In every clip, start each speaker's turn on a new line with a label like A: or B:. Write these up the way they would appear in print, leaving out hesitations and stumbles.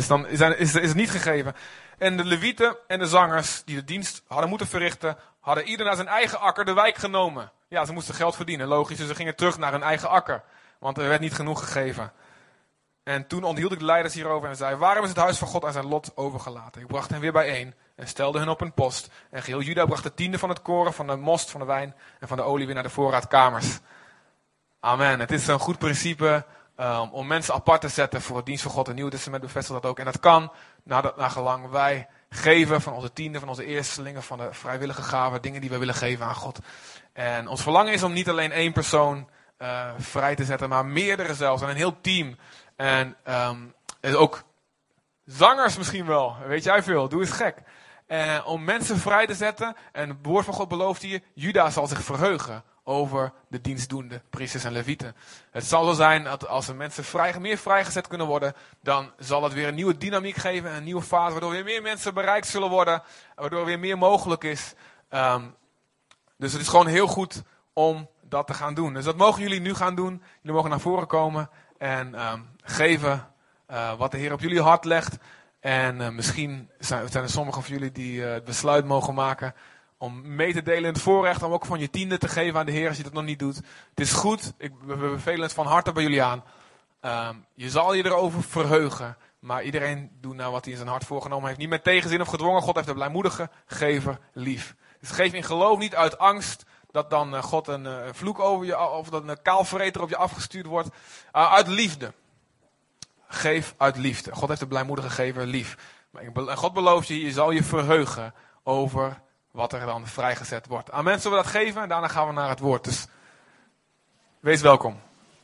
A: Dus dan is het niet gegeven. En de levieten en de zangers die de dienst hadden moeten verrichten, hadden ieder naar zijn eigen akker de wijk genomen. Ja, ze moesten geld verdienen, logisch. Dus ze gingen terug naar hun eigen akker. Want er werd niet genoeg gegeven. En toen onthield ik de leiders hierover en zei: waarom is het huis van God aan zijn lot overgelaten? Ik bracht hen weer bijeen en stelde hen op hun post. En geheel Juda bracht de tiende van het koren, van de most, van de wijn en van de olie weer naar de voorraadkamers. Amen. Het is een goed principe om mensen apart te zetten voor het dienst van God. Het Nieuwe Testament bevestigt dat ook. En dat kan naar gelang wij geven van onze tiende, van onze eerstelingen, van de vrijwillige gaven, dingen die we willen geven aan God. En ons verlangen is om niet alleen één persoon vrij te zetten, maar meerdere zelfs. En een heel team. En ook zangers misschien wel. Weet jij veel. Doe eens gek. Om mensen vrij te zetten. En het woord van God belooft hier: Juda zal zich verheugen over de dienstdoende priesters en levieten. Het zal zo zijn dat als er mensen meer vrijgezet kunnen worden, dan zal dat weer een nieuwe dynamiek geven, een nieuwe fase, waardoor weer meer mensen bereikt zullen worden, waardoor weer meer mogelijk is. Dus het is gewoon heel goed om dat te gaan doen. Dus dat mogen jullie nu gaan doen. Jullie mogen naar voren komen en geven wat de Heer op jullie hart legt. En misschien zijn er sommigen van jullie die het besluit mogen maken om mee te delen in het voorrecht, om ook van je tiende te geven aan de Heer als je dat nog niet doet. Het is goed, we bevelen het van harte bij jullie aan. Je zal je erover verheugen, maar iedereen doet nou wat hij in zijn hart voorgenomen heeft. Niet met tegenzin of gedwongen, God heeft een blijmoedige gever lief. Dus geef in geloof, niet uit angst dat dan God een vloek over je, of dat een kaalvreter op je afgestuurd wordt. Uit liefde. Geef uit liefde. God heeft een blijmoedige gever lief. En God belooft je zal je verheugen over wat er dan vrijgezet wordt. Amen, zullen we dat geven? En daarna gaan we naar het woord. Dus wees welkom.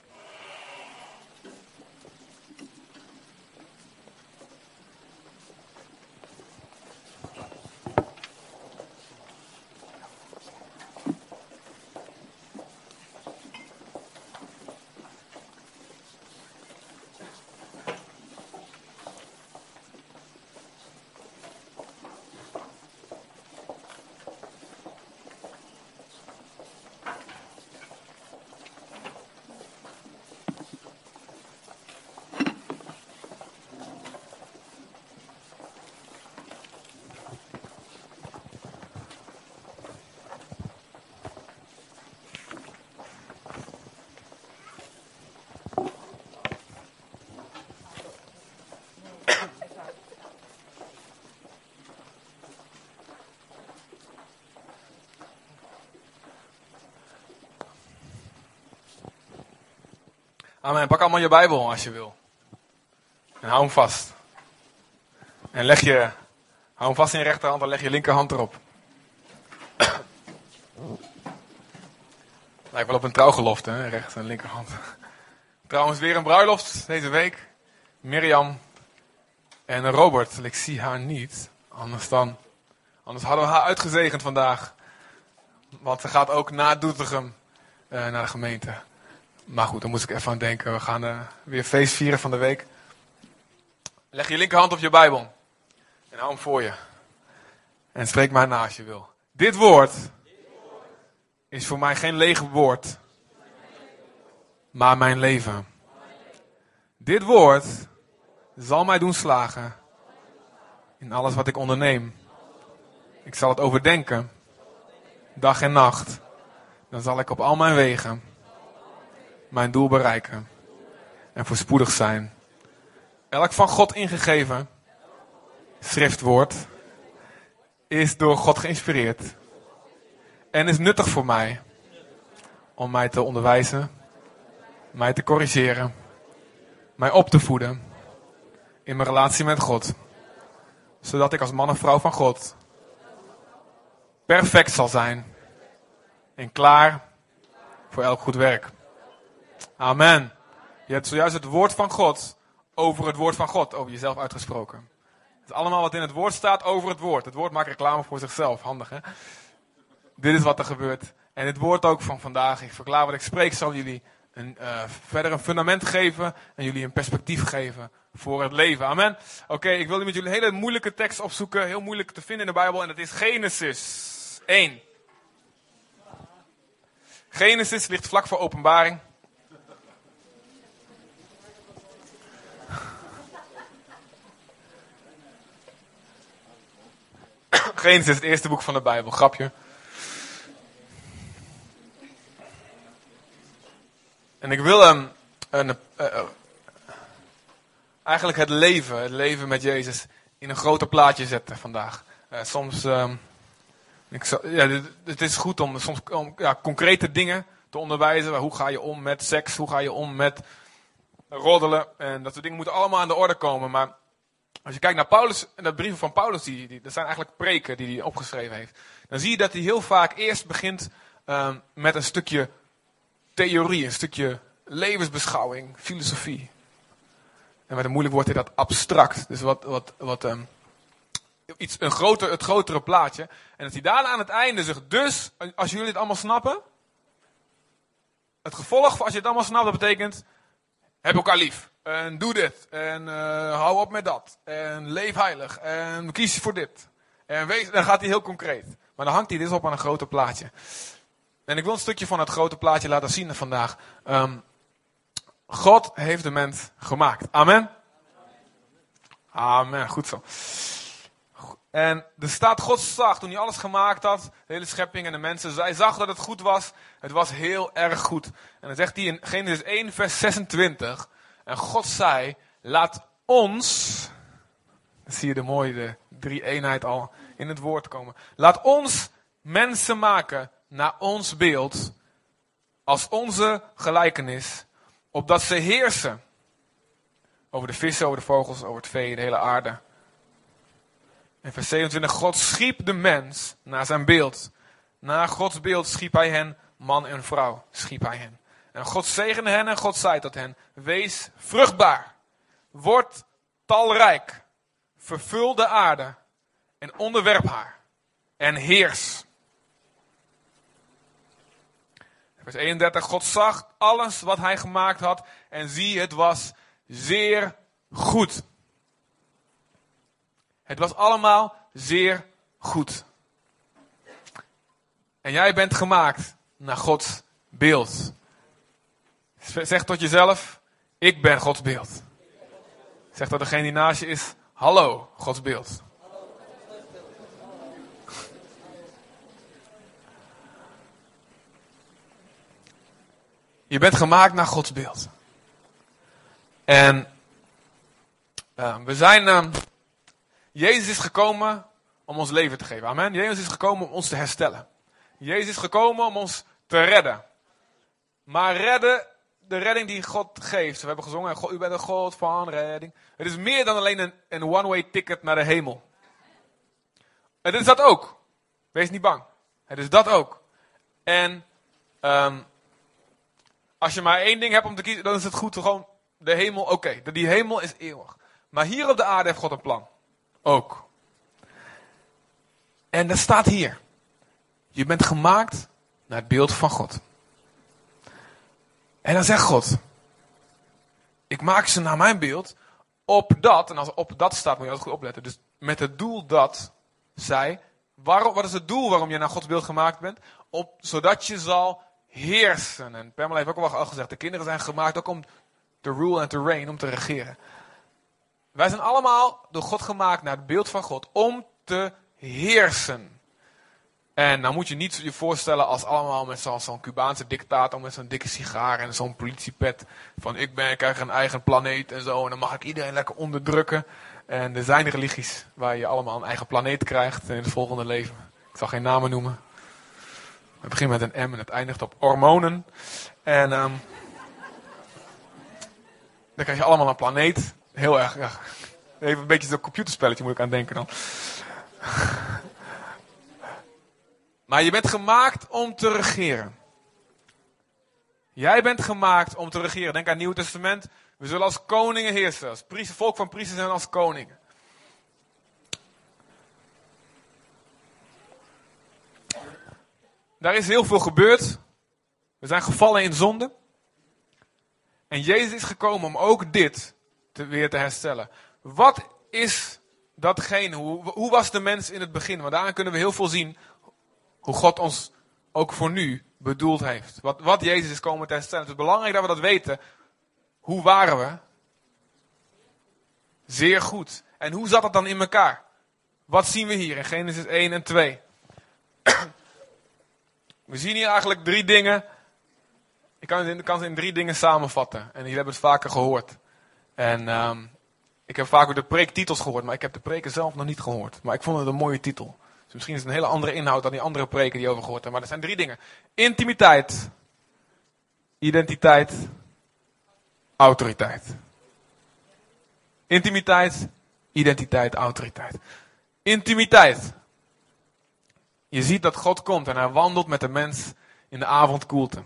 A: Amen. Pak allemaal je Bijbel als je wil. En hou hem vast. En hou hem vast in je rechterhand en leg je linkerhand erop. Lijkt wel op een trouwgelofte, hè? Rechter en linkerhand. Trouwens weer een bruiloft deze week. Mirjam en Robert. Ik zie haar niet. Anders hadden we haar uitgezegend vandaag. Want ze gaat ook na Doetinchem naar de gemeente. Maar goed, daar moest ik even aan denken. We gaan weer feest vieren van de week. Leg je linkerhand op je Bijbel. En hou hem voor je. En spreek mij na als je wil. Dit woord is voor mij geen lege woord. Maar mijn leven. Dit woord zal mij doen slagen. In alles wat ik onderneem. Ik zal het overdenken. Dag en nacht. Dan zal ik op al mijn wegen mijn doel bereiken. En voorspoedig zijn. Elk van God ingegeven schriftwoord is door God geïnspireerd. En is nuttig voor mij. Om mij te onderwijzen. Mij te corrigeren. Mij op te voeden. In mijn relatie met God. Zodat ik als man en vrouw van God perfect zal zijn. En klaar voor elk goed werk. Amen. Je hebt zojuist het woord van God over het woord van God, over jezelf uitgesproken. Het is allemaal wat in het woord staat over het woord. Het woord maakt reclame voor zichzelf. Handig, hè? Dit is wat er gebeurt. En het woord ook van vandaag. Ik verklaar wat ik spreek, zal jullie verder een fundament geven en jullie een perspectief geven voor het leven. Amen. Oké, ik wil met jullie een hele moeilijke tekst opzoeken. Heel moeilijk te vinden in de Bijbel. En dat is Genesis 1. Genesis ligt vlak voor Openbaring. Genesis is het eerste boek van de Bijbel, grapje. En ik wil eigenlijk het leven met Jezus in een groter plaatje zetten vandaag. Het is goed om soms concrete dingen te onderwijzen. Hoe ga je om met seks? Hoe ga je om met roddelen? En dat soort dingen moeten allemaal aan de orde komen. Maar als je kijkt naar Paulus en de brieven van Paulus, dat zijn eigenlijk preken die hij opgeschreven heeft. Dan zie je dat hij heel vaak eerst begint met een stukje theorie, een stukje levensbeschouwing, filosofie. En met een moeilijk woord heet dat abstract. Dus het grotere plaatje. En dat hij daarna aan het einde zegt, dus, als jullie het allemaal snappen, het gevolg, als je het allemaal snapt, dat betekent, heb elkaar lief. En doe dit. En hou op met dat. En leef heilig. En kies voor dit. En dan gaat hij heel concreet. Maar dan hangt hij dus op aan een groter plaatje. En ik wil een stukje van het grote plaatje laten zien vandaag. God heeft de mens gemaakt. Amen? Amen, goed zo. En er staat, God zag, toen hij alles gemaakt had, de hele schepping en de mensen, hij zag dat het goed was. Het was heel erg goed. En dan zegt hij in Genesis 1 vers 26, en God zei, laat ons, dan zie je de drie-eenheid al in het woord komen. Laat ons mensen maken naar ons beeld, als onze gelijkenis, opdat ze heersen over de vissen, over de vogels, over het vee, de hele aarde. En vers 27, God schiep de mens naar zijn beeld. Naar Gods beeld schiep hij hen, man en vrouw schiep hij hen. En God zegende hen en God zei tot hen, wees vruchtbaar, word talrijk, vervul de aarde en onderwerp haar en heers. Vers 31, God zag alles wat hij gemaakt had en zie, het was zeer goed. Het was allemaal zeer goed. En jij bent gemaakt naar Gods beeld. Zeg tot jezelf, ik ben Gods beeld. Zeg tot degene die naast je is, hallo, Gods beeld. Je bent gemaakt naar Gods beeld. En Jezus is gekomen om ons leven te geven. Amen. Jezus is gekomen om ons te herstellen. Jezus is gekomen om ons te redden. Maar de redding die God geeft. We hebben gezongen, u bent een God van redding. Het is meer dan alleen een one-way ticket naar de hemel. Het is dat ook. Wees niet bang. Het is dat ook. En als je maar één ding hebt om te kiezen, dan is het goed gewoon de hemel. Oké, die hemel is eeuwig. Maar hier op de aarde heeft God een plan. Ook. En dat staat hier. Je bent gemaakt naar het beeld van God. En dan zegt God, ik maak ze naar mijn beeld, opdat, en als op dat staat moet je altijd goed opletten, dus met het doel dat zij, wat is het doel waarom je naar Gods beeld gemaakt bent? Zodat je zal heersen. En Pamela heeft ook al gezegd, de kinderen zijn gemaakt ook om te rule en to reign, om te regeren. Wij zijn allemaal door God gemaakt naar het beeld van God, om te heersen. En dan moet je niet je voorstellen als allemaal met zo'n Cubaanse dictator met zo'n dikke sigaar en zo'n politiepet. Van ik krijg een eigen planeet en zo en dan mag ik iedereen lekker onderdrukken. En er zijn religies waar je allemaal een eigen planeet krijgt in het volgende leven. Ik zal geen namen noemen. Het begint met een M en het eindigt op hormonen. En dan krijg je allemaal een planeet. Heel erg, ja. Even een beetje zo'n computerspelletje moet ik aan denken dan. Maar je bent gemaakt om te regeren. Jij bent gemaakt om te regeren. Denk aan het Nieuwe Testament. We zullen als koningen heersen. Als volk van priesters en als koningen. Daar is heel veel gebeurd. We zijn gevallen in zonde. En Jezus is gekomen om ook dit weer te herstellen. Wat is datgene? Hoe was de mens in het begin? Want daarin kunnen we heel veel zien hoe God ons ook voor nu bedoeld heeft. Wat Jezus is komen te herstellen. Het is belangrijk dat we dat weten. Hoe waren we? Zeer goed. En hoe zat het dan in elkaar? Wat zien we hier in Genesis 1 en 2? We zien hier eigenlijk 3 dingen. Ik kan ze in 3 dingen samenvatten. En jullie hebben het vaker gehoord. En ik heb vaak ook de preektitels gehoord, maar ik heb de preken zelf nog niet gehoord. Maar ik vond het een mooie titel. Dus misschien is het een hele andere inhoud dan die andere preken die je over gehoord hebben. Maar er zijn 3 dingen. Intimiteit, identiteit, autoriteit. Intimiteit, identiteit, autoriteit. Intimiteit. Je ziet dat God komt en hij wandelt met de mens in de avondkoelte.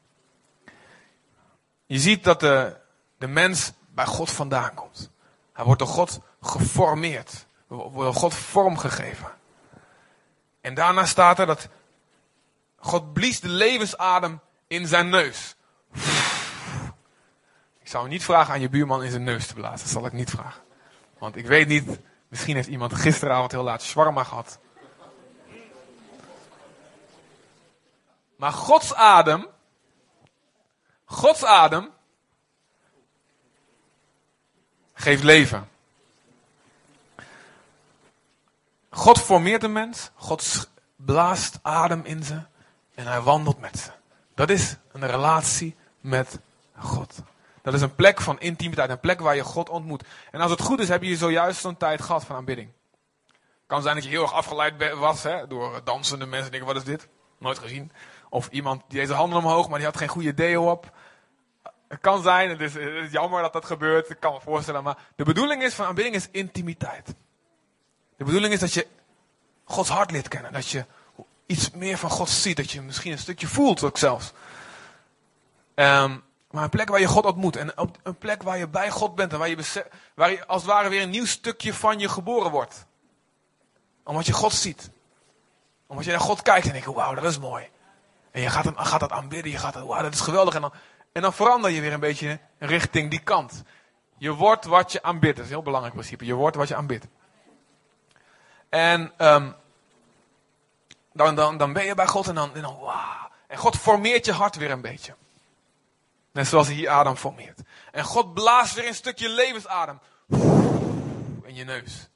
A: Je ziet dat de mens bij God vandaan komt. Hij wordt door God geformeerd. Wordt door God vormgegeven. En daarna staat er dat God blies de levensadem in zijn neus. Ik zou niet vragen aan je buurman in zijn neus te blazen. Dat zal ik niet vragen. Want ik weet niet, misschien heeft iemand gisteravond heel laat shawarma gehad. Maar Gods adem geeft leven. God formeert een mens, God blaast adem in ze en hij wandelt met ze. Dat is een relatie met God. Dat is een plek van intimiteit, een plek waar je God ontmoet. En als het goed is, heb je zojuist zo'n tijd gehad van aanbidding. Het kan zijn dat je heel erg afgeleid was door dansende mensen. Denken, wat is dit? Nooit gezien. Of iemand die deed zijn handen omhoog, maar die had geen goede deo op. Het kan zijn, het is jammer dat dat gebeurt. Ik kan me voorstellen, maar de bedoeling van aanbidding is intimiteit. De bedoeling is dat je Gods hart leert kennen. Dat je iets meer van God ziet. Dat je misschien een stukje voelt ook zelfs. Maar een plek waar je God ontmoet. En een plek waar je bij God bent. En waar je als het ware weer een nieuw stukje van je geboren wordt. Omdat je God ziet. Omdat je naar God kijkt en denkt, wauw, dat is mooi. En je gaat dat aanbidden. Je gaat wauw, dat is geweldig. En dan verander je weer een beetje richting die kant. Je wordt wat je aanbidt. Dat is een heel belangrijk principe. Je wordt wat je aanbidt. En dan ben je bij God en dan wauw. En God formeert je hart weer een beetje. Net zoals hij hier Adam formeert. En God blaast weer een stukje levensadem. In je neus.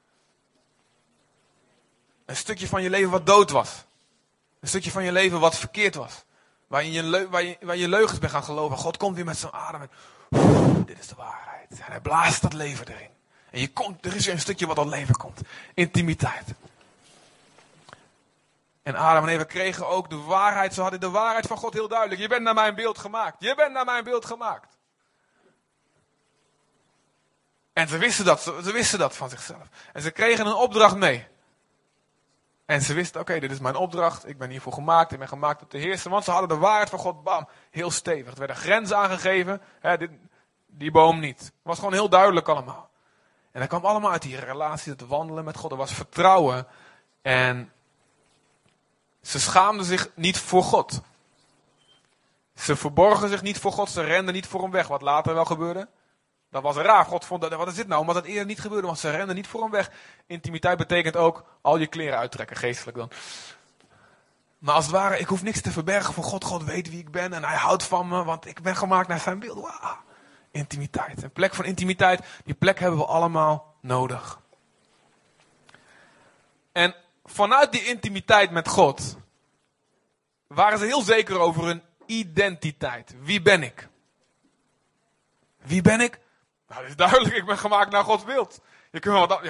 A: Een stukje van je leven wat dood was. Een stukje van je leven wat verkeerd was. Waar je leugens bent gaan geloven. God komt weer met zo'n adem. En dit is de waarheid. En hij blaast dat leven erin. En er is weer een stukje wat tot leven komt. Intimiteit. En Adam en Eva kregen ook de waarheid. Ze hadden de waarheid van God heel duidelijk. Je bent naar mijn beeld gemaakt. Je bent naar mijn beeld gemaakt. En ze wisten dat van zichzelf. En ze kregen een opdracht mee. En ze wisten, oké, dit is mijn opdracht. Ik ben hiervoor gemaakt. Ik ben gemaakt om te heersen. Want ze hadden de waarheid van God, bam, heel stevig. Er werden grenzen aangegeven. Die boom niet. Het was gewoon heel duidelijk allemaal. En dat kwam allemaal uit die relatie, het wandelen met God. Er was vertrouwen. En ze schaamden zich niet voor God. Ze verborgen zich niet voor God. Ze renden niet voor hem weg. Wat later wel gebeurde. Dat was raar. God vond, wat is dit nou? Omdat het eerder niet gebeurde. Want ze renden niet voor hem weg. Intimiteit betekent ook al je kleren uittrekken. Geestelijk dan. Maar als het ware, ik hoef niks te verbergen voor God. God weet wie ik ben. En hij houdt van me. Want ik ben gemaakt naar zijn beeld. Wow. Intimiteit. Een plek van intimiteit. Die plek hebben we allemaal nodig. En vanuit die intimiteit met God waren ze heel zeker over hun identiteit. Wie ben ik? Wie ben ik? Nou, dat is duidelijk. Ik ben gemaakt naar Gods beeld. Er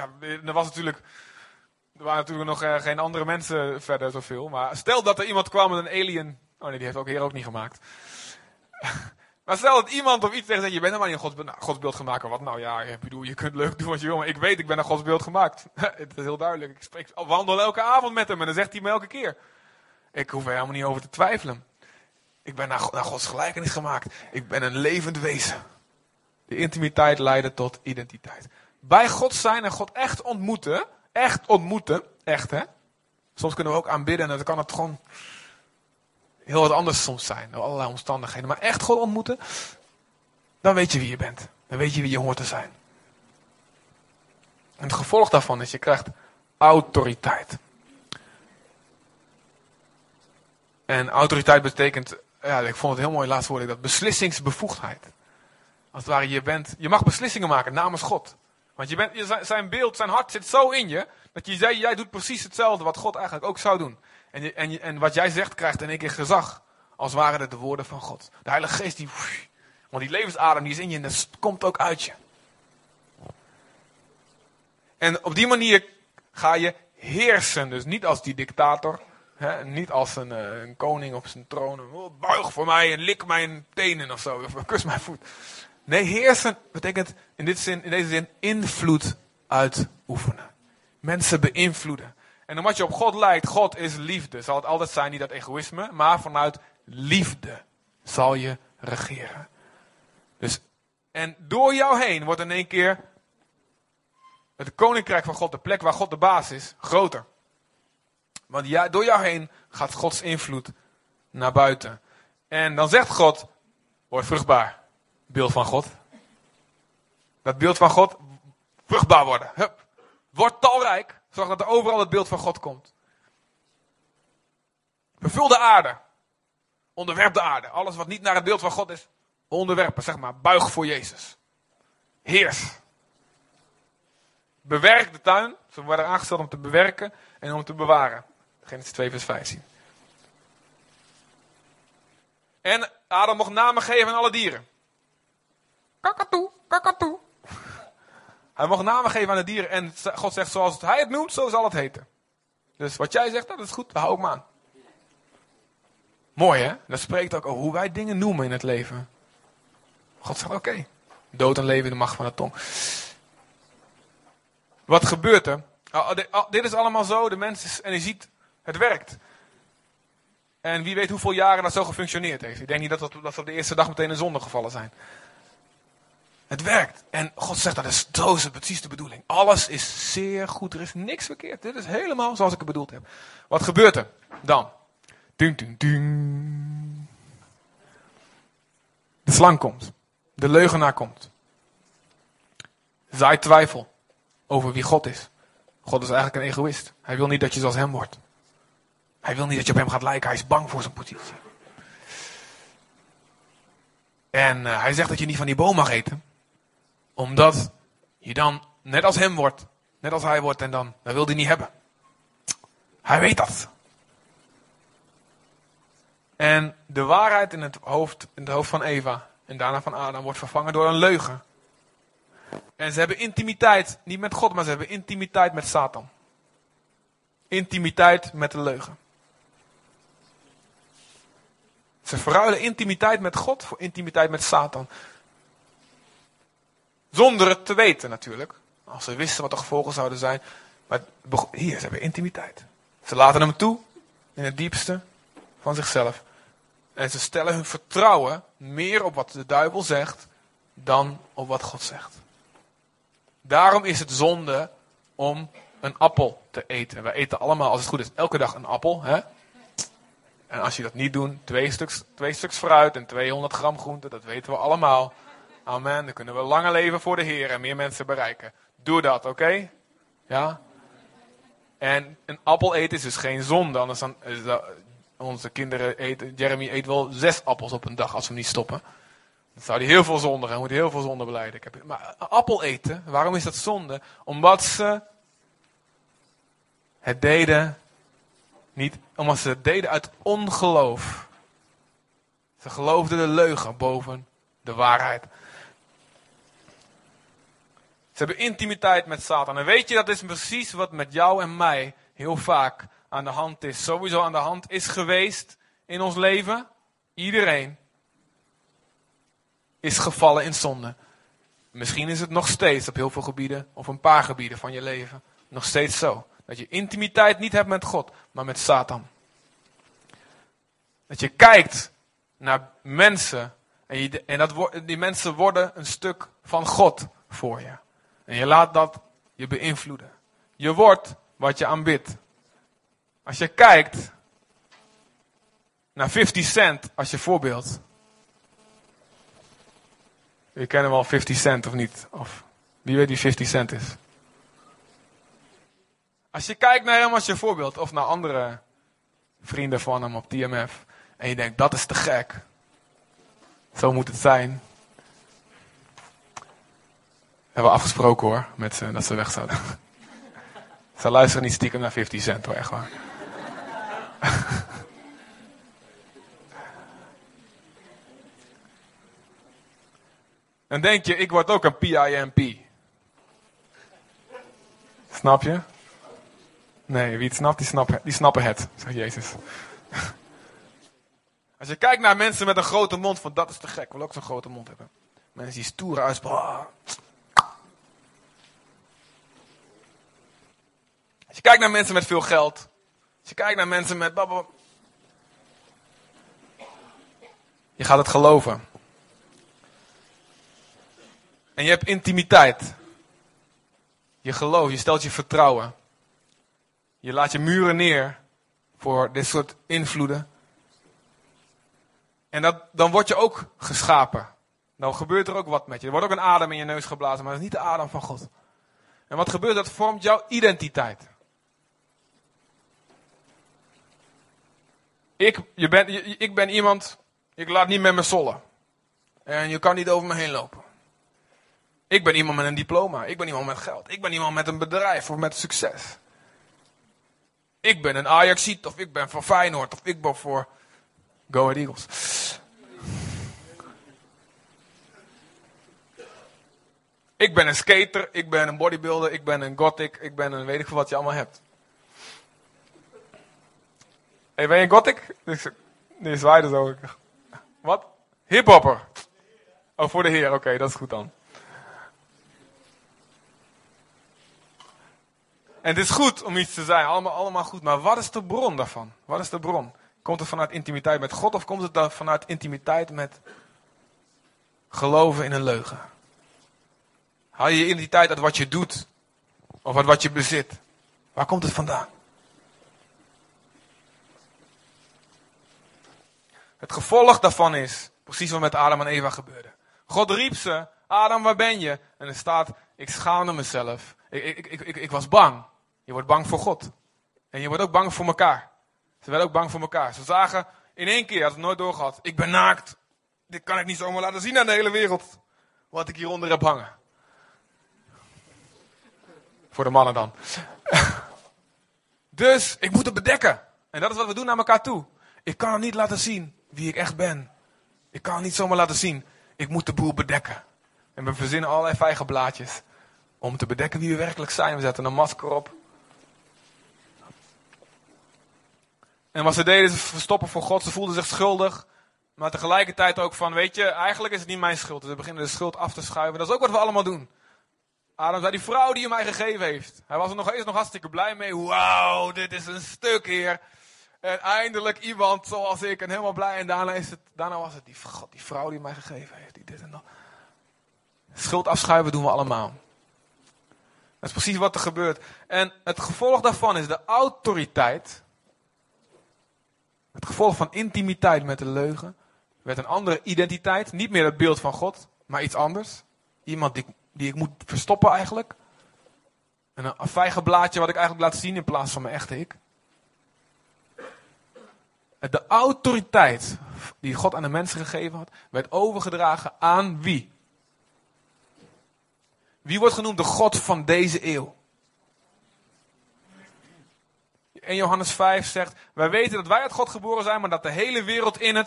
A: waren natuurlijk nog geen andere mensen verder zoveel. Maar stel dat er iemand kwam met een alien. Oh nee, die heeft ook Heer ook niet gemaakt. Maar stel dat iemand of iets zegt, je bent helemaal niet naar Gods beeld gemaakt. Wat nou? Ja, ik bedoel, je kunt leuk doen wat je wil, maar ik weet, ik ben naar Gods beeld gemaakt. Het is heel duidelijk. Ik wandel elke avond met hem en dan zegt hij me elke keer. Ik hoef er helemaal niet over te twijfelen. Ik ben naar Gods gelijkenis gemaakt. Ik ben een levend wezen. De intimiteit leidde tot identiteit. Bij God zijn en God echt ontmoeten. Echt hè. Soms kunnen we ook aanbidden en dan kan het gewoon heel wat anders soms zijn. Door allerlei omstandigheden. Maar echt God ontmoeten. Dan weet je wie je bent. Dan weet je wie je hoort te zijn. En het gevolg daarvan is je krijgt autoriteit. En autoriteit betekent, ja, ik vond het heel mooi laatst woord, dat beslissingsbevoegdheid. Als het ware, je mag beslissingen maken namens God. Want zijn beeld, zijn hart zit zo in je, dat jij doet precies hetzelfde wat God eigenlijk ook zou doen. En wat jij zegt krijgt in één keer gezag. Als waren het de woorden van God. De Heilige Geest, want die levensadem die is in je en dat komt ook uit je. En op die manier ga je heersen. Dus niet als die dictator. Hè, niet als een koning op zijn troon. Oh, buig voor mij en lik mijn tenen of zo. Of kus mijn voet. Nee, heersen betekent in deze zin invloed uitoefenen. Mensen beïnvloeden. En omdat je op God lijkt, God is liefde. Zal het altijd zijn, niet dat egoïsme. Maar vanuit liefde zal je regeren. Dus, en door jou heen wordt in één keer het koninkrijk van God, de plek waar God de baas is, groter. Want door jou heen gaat Gods invloed naar buiten. En dan zegt God, word vruchtbaar. Beeld van God. Dat beeld van God, vruchtbaar worden. Hup. Word talrijk. Zorg dat er overal het beeld van God komt. Vervul de aarde. Onderwerp de aarde. Alles wat niet naar het beeld van God is, onderwerpen. Zeg maar, buig voor Jezus. Heers. Bewerk de tuin. Ze worden aangesteld om te bewerken en om te bewaren. Genesis 2 vers 15. En Adam mocht namen geven aan alle dieren. Kakatoe, kakatoe. Hij mocht namen geven aan de dieren. En God zegt, zoals hij het noemt, zo zal het heten. Dus wat jij zegt, dat is goed. We houden ook maar aan. Mooi hè? Dat spreekt ook over hoe wij dingen noemen in het leven. God zegt, oké. Dood en leven in de macht van de tong. Wat gebeurt er? Dit is allemaal zo. De mens is, en je ziet, het werkt. En wie weet hoeveel jaren dat zo gefunctioneerd heeft. Ik denk niet dat ze op de eerste dag meteen in zonde gevallen zijn. Het werkt. En God zegt, dat is precies de bedoeling. Alles is zeer goed. Er is niks verkeerd. Dit is helemaal zoals ik het bedoeld heb. Wat gebeurt er dan? Ding, ding, ding. De slang komt. De leugenaar komt. Zaait twijfel over wie God is. God is eigenlijk een egoïst. Hij wil niet dat je zoals hem wordt. Hij wil niet dat je op hem gaat lijken. Hij is bang voor zijn positie. En hij zegt dat je niet van die boom mag eten. Omdat je dan net als hem wordt. Net als hij wordt en dan wil hij niet hebben. Hij weet dat. En de waarheid in het hoofd van Eva en daarna van Adam wordt vervangen door een leugen. En ze hebben intimiteit, niet met God, maar ze hebben intimiteit met Satan. Intimiteit met de leugen. Ze verruilen intimiteit met God voor intimiteit met Satan. Zonder het te weten natuurlijk. Als ze wisten wat de gevolgen zouden zijn. Maar hier, ze hebben intimiteit. Ze laten hem toe in het diepste van zichzelf. En ze stellen hun vertrouwen meer op wat de duivel zegt dan op wat God zegt. Daarom is het zonde om een appel te eten. Wij eten allemaal, als het goed is, elke dag een appel. Hè? En als je dat niet doet, twee stuks fruit en 200 gram groente, dat weten we allemaal. Amen, dan kunnen we langer leven voor de Heer en meer mensen bereiken. Doe dat, oké? Ja? En een appel eten is dus geen zonde, anders dan... Onze kinderen eten, Jeremy eet wel 6 appels op een dag als we hem niet stoppen. Dan zou hij heel veel zondigen, hij moet heel veel zonde belijden. Maar appel eten, waarom is dat zonde? Omdat ze het deden omdat ze het deden uit ongeloof. Ze geloofden de leugen boven de waarheid. Ze hebben intimiteit met Satan. En weet je, dat is precies wat met jou en mij heel vaak aan de hand is. Sowieso aan de hand is geweest in ons leven. Iedereen is gevallen in zonde. Misschien is het nog steeds op heel veel gebieden, of een paar gebieden van je leven, nog steeds zo. Dat je intimiteit niet hebt met God, maar met Satan. Dat je kijkt naar mensen en die mensen worden een stuk van God voor je. En je laat dat je beïnvloeden. Je wordt wat je aanbidt. Als je kijkt naar 50 Cent als je voorbeeld. Je kent hem wel 50 Cent of niet? Of wie weet wie 50 Cent is? Als je kijkt naar hem als je voorbeeld of naar andere vrienden van hem op TMF. En je denkt dat is te gek. Zo moet het zijn. Hebben we afgesproken hoor, met ze, dat ze weg zouden. Ze luisteren niet stiekem naar 50 Cent hoor, echt waar. Dan denk je, ik word ook een PIMP. Snap je? Nee, wie het snapt, die snappen het, zegt Jezus. Als je kijkt naar mensen met een grote mond, van dat is te gek, ik wil ook zo'n grote mond hebben. Mensen die stoer uitspreken. Als je kijkt naar mensen met veel geld. Als je kijkt naar mensen met... Je gaat het geloven. En je hebt intimiteit. Je gelooft, je stelt je vertrouwen. Je laat je muren neer voor dit soort invloeden. En dan word je ook geschapen. Dan gebeurt er ook wat met je. Er wordt ook een adem in je neus geblazen, maar dat is niet de adem van God. En wat gebeurt, dat vormt jouw identiteit. Ik ben iemand, ik laat niet met me sollen. En je kan niet over me heen lopen. Ik ben iemand met een diploma. Ik ben iemand met geld. Ik ben iemand met een bedrijf of met succes. Ik ben een Ajaxiet of ik ben voor Feyenoord of ik ben voor Go Ahead Eagles. Ik ben een skater, ik ben een bodybuilder, ik ben een gothic, ik ben een weet ik veel wat je allemaal hebt. Hey, ben je een gothic? Nee, zwaaide zo. Wat? Hiphopper. Oh, voor de Heer, oké, dat is goed dan. En het is goed om iets te zijn, allemaal goed. Maar wat is de bron daarvan? Wat is de bron? Komt het vanuit intimiteit met God of komt het dan vanuit intimiteit met geloven in een leugen? Haal je identiteit uit wat je doet of uit wat je bezit? Waar komt het vandaan? Het gevolg daarvan is precies wat met Adam en Eva gebeurde. God riep ze, Adam, waar ben je? En er staat, ik schaamde mezelf. Ik was bang. Je wordt bang voor God. En je wordt ook bang voor elkaar. Ze werden ook bang voor elkaar. Ze zagen in één keer, had het nooit doorgehad, ik ben naakt. Dit kan ik niet zomaar laten zien aan de hele wereld. Wat ik hieronder heb hangen. Voor de mannen dan. Dus ik moet het bedekken. En dat is wat we doen naar elkaar toe. Ik kan het niet laten zien wie ik echt ben. Ik kan het niet zomaar laten zien. Ik moet de boel bedekken. En we verzinnen allerlei vijgenblaadjes. Om te bedekken wie we werkelijk zijn. We zetten een masker op. En wat ze deden, ze verstoppen voor God. Ze voelden zich schuldig. Maar tegelijkertijd ook van, weet je, eigenlijk is het niet mijn schuld. Dus ze beginnen de schuld af te schuiven. Dat is ook wat we allemaal doen. Adam zei, die vrouw die je mij gegeven heeft. Hij was er nog eens hartstikke blij mee. Wauw, dit is een stuk, Heer. En eindelijk iemand zoals ik. En helemaal blij. En daarna was het die vrouw die mij gegeven heeft. Die dit en dat. Schuld afschuiven doen we allemaal. Dat is precies wat er gebeurt. En het gevolg daarvan is de autoriteit. Het gevolg van intimiteit met de leugen. Werd een andere identiteit. Niet meer het beeld van God. Maar iets anders. Iemand die ik moet verstoppen eigenlijk. En een vijgenblaadje wat ik eigenlijk laat zien in plaats van mijn echte ik. De autoriteit die God aan de mensen gegeven had, werd overgedragen aan wie? Wie wordt genoemd de God van deze eeuw? 1 Johannes 5 zegt, wij weten dat wij uit God geboren zijn, maar dat de hele wereld in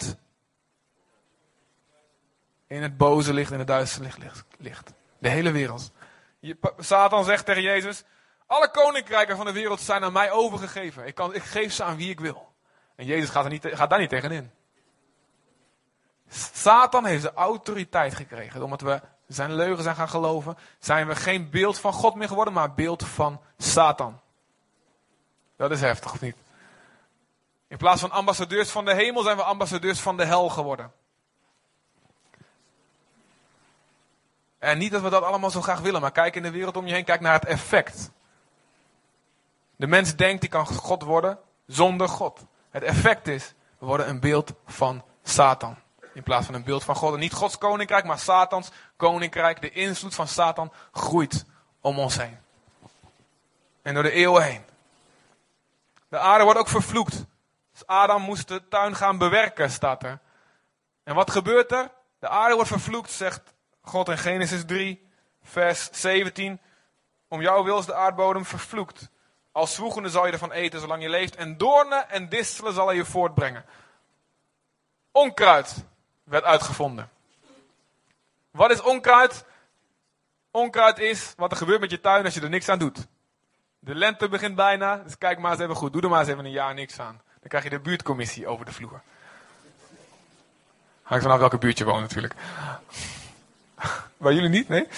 A: het boze ligt, in het duister ligt. De hele wereld. Satan zegt tegen Jezus, alle koninkrijken van de wereld zijn aan mij overgegeven. Ik geef ze aan wie ik wil. En Jezus gaat daar niet tegenin. Satan heeft de autoriteit gekregen. Omdat we zijn leugen zijn gaan geloven, zijn we geen beeld van God meer geworden, maar beeld van Satan. Dat is heftig, of niet? In plaats van ambassadeurs van de hemel zijn we ambassadeurs van de hel geworden. En niet dat we dat allemaal zo graag willen, maar kijk in de wereld om je heen, kijk naar het effect. De mens denkt, die kan God worden zonder God. Het effect is, we worden een beeld van Satan. In plaats van een beeld van God. En niet Gods koninkrijk, maar Satans koninkrijk. De invloed van Satan groeit om ons heen. En door de eeuwen heen. De aarde wordt ook vervloekt. Dus Adam moest de tuin gaan bewerken, staat er. En wat gebeurt er? De aarde wordt vervloekt, zegt God in Genesis 3. vers 17. Om jouw wil is de aardbodem vervloekt. Als zwoegende zal je ervan eten zolang je leeft. En doornen en distelen zal hij je voortbrengen. Onkruid werd uitgevonden. Wat is onkruid? Onkruid is wat er gebeurt met je tuin als je er niks aan doet. De lente begint bijna, dus kijk maar eens even goed. Doe er maar eens even een jaar niks aan. Dan krijg je de buurtcommissie over de vloer. Hangt vanaf welke buurt je woont natuurlijk. Bij jullie niet, nee?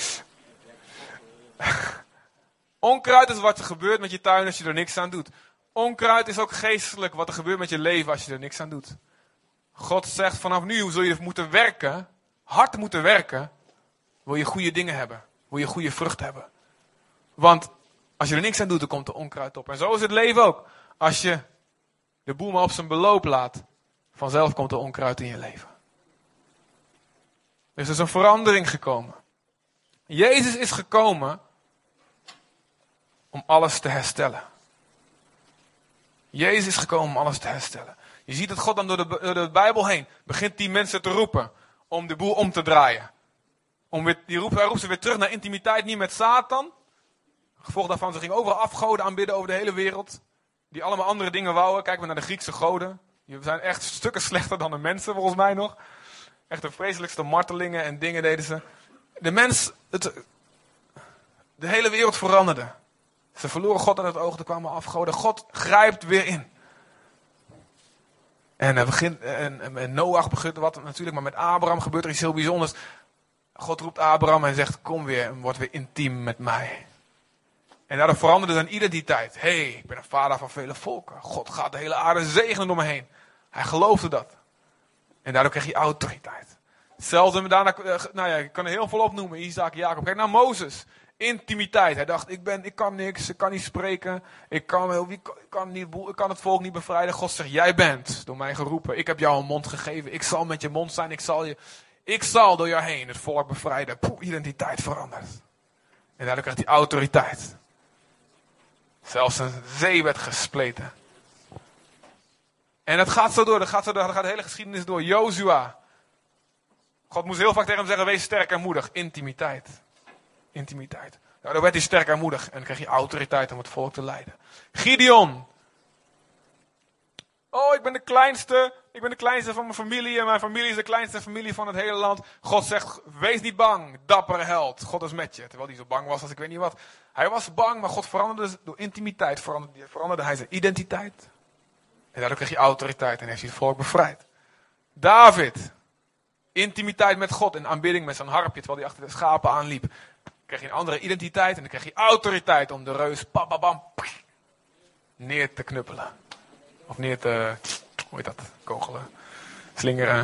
A: Onkruid is wat er gebeurt met je tuin als je er niks aan doet. Onkruid is ook geestelijk wat er gebeurt met je leven als je er niks aan doet. God zegt vanaf nu zul je moeten werken, hard moeten werken, wil je goede dingen hebben. Wil je goede vrucht hebben. Want als je er niks aan doet, dan komt er onkruid op. En zo is het leven ook. Als je de boel maar op zijn beloop laat, vanzelf komt er onkruid in je leven. Dus er is een verandering gekomen. Jezus is gekomen om alles te herstellen. Jezus is gekomen om alles te herstellen. Je ziet dat God dan door de Bijbel heen begint die mensen te roepen om de boel om te draaien. Hij roept ze weer terug naar intimiteit, niet met Satan. Gevolg daarvan, ze gingen overal afgoden aanbidden over de hele wereld. Die allemaal andere dingen wouden. Kijk maar naar de Griekse goden. Die zijn echt stukken slechter dan de mensen, volgens mij nog. Echt de vreselijkste martelingen en dingen deden ze. De hele wereld veranderde. Ze verloren God uit het oog, er kwamen afgoden. God grijpt weer in. En Noach begint wat natuurlijk, maar met Abraham gebeurt er iets heel bijzonders. God roept Abraham en zegt, kom weer en word weer intiem met mij. En daardoor veranderde zijn identiteit. Ik ben een vader van vele volken. God gaat de hele aarde zegenen door me heen. Hij geloofde dat. En daardoor kreeg hij autoriteit. Hetzelfde daarna, ik kan er heel veel opnoemen. Isaac, Jacob. Kijk naar Mozes. Intimiteit. Hij dacht, ik kan niks, ik kan niet spreken. Ik kan het volk niet bevrijden. God zegt, jij bent door mij geroepen. Ik heb jou een mond gegeven. Ik zal met je mond zijn. Ik zal door jou heen het volk bevrijden. Identiteit verandert. En daardoor krijgt hij autoriteit. Zelfs een zee werd gespleten. En het gaat zo door. Dan gaat de hele geschiedenis door. Jozua. God moest heel vaak tegen hem zeggen, wees sterk en moedig. Intimiteit. Intimiteit. Nou, dan werd hij sterk en moedig. En dan kreeg hij autoriteit om het volk te leiden. Gideon. Ik ben de kleinste. Ik ben de kleinste van mijn familie. En mijn familie is de kleinste familie van het hele land. God zegt, wees niet bang. Dappere held. God is met je. Terwijl hij zo bang was als ik weet niet wat. Hij was bang, maar God veranderde door intimiteit. Veranderde hij zijn identiteit. En daardoor kreeg hij autoriteit. En heeft hij het volk bevrijd. David. Intimiteit met God. En aanbidding met zijn harpje. Terwijl hij achter de schapen aanliep. Kreeg hij een andere identiteit. En dan kreeg hij autoriteit om de reus neer te knuppelen. Of neer te, hoe heet dat? Kogelen. Slingeren.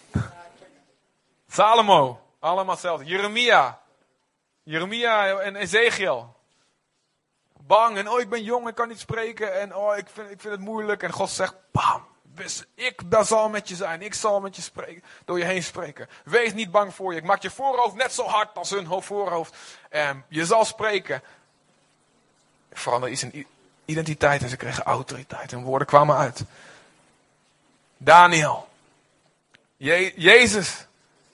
A: Salomo. Allemaal hetzelfde. Jeremia en Ezekiel. Bang. En ik ben jong, ik kan niet spreken. En ik vind het moeilijk. En God zegt, bam. Ik zal met je zijn. Ik zal met je spreken. Door je heen spreken. Wees niet bang voor je. Ik maak je voorhoofd net zo hard als hun voorhoofd. En je zal spreken. Ik verander iets in identiteit. En ze kregen autoriteit. En woorden kwamen uit. Daniel. Jezus.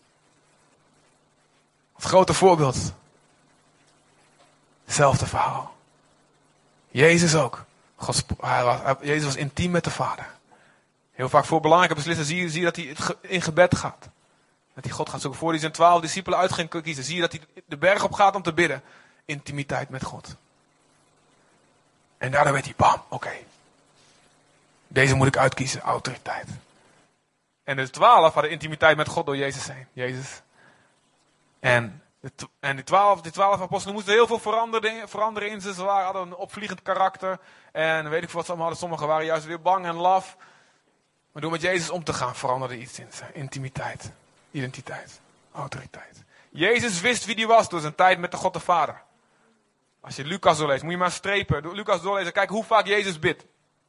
A: Het grote voorbeeld. Hetzelfde verhaal. Jezus ook. Jezus was intiem met de Vader. Heel vaak voor belangrijke beslissingen zie je dat hij in gebed gaat. Dat hij God gaat zoeken. Voor hij zijn 12 discipelen uit ging kiezen. Zie je dat hij de berg op gaat om te bidden. Intimiteit met God. En daardoor weet hij, bam, oké. Deze moet ik uitkiezen, autoriteit. En de 12 hadden intimiteit met God door Jezus heen. Jezus. En die 12 apostelen moesten heel veel veranderen in ze. Ze hadden een opvliegend karakter. En weet ik veel wat ze allemaal hadden. Sommigen waren juist weer bang en laf. Maar door met Jezus om te gaan veranderde iets in ze. Intimiteit, identiteit, autoriteit. Jezus wist wie hij was door zijn tijd met de God de Vader. Als je Lucas doorleest, moet je maar strepen. Lucas doorlezen, kijk hoe vaak Jezus bidt.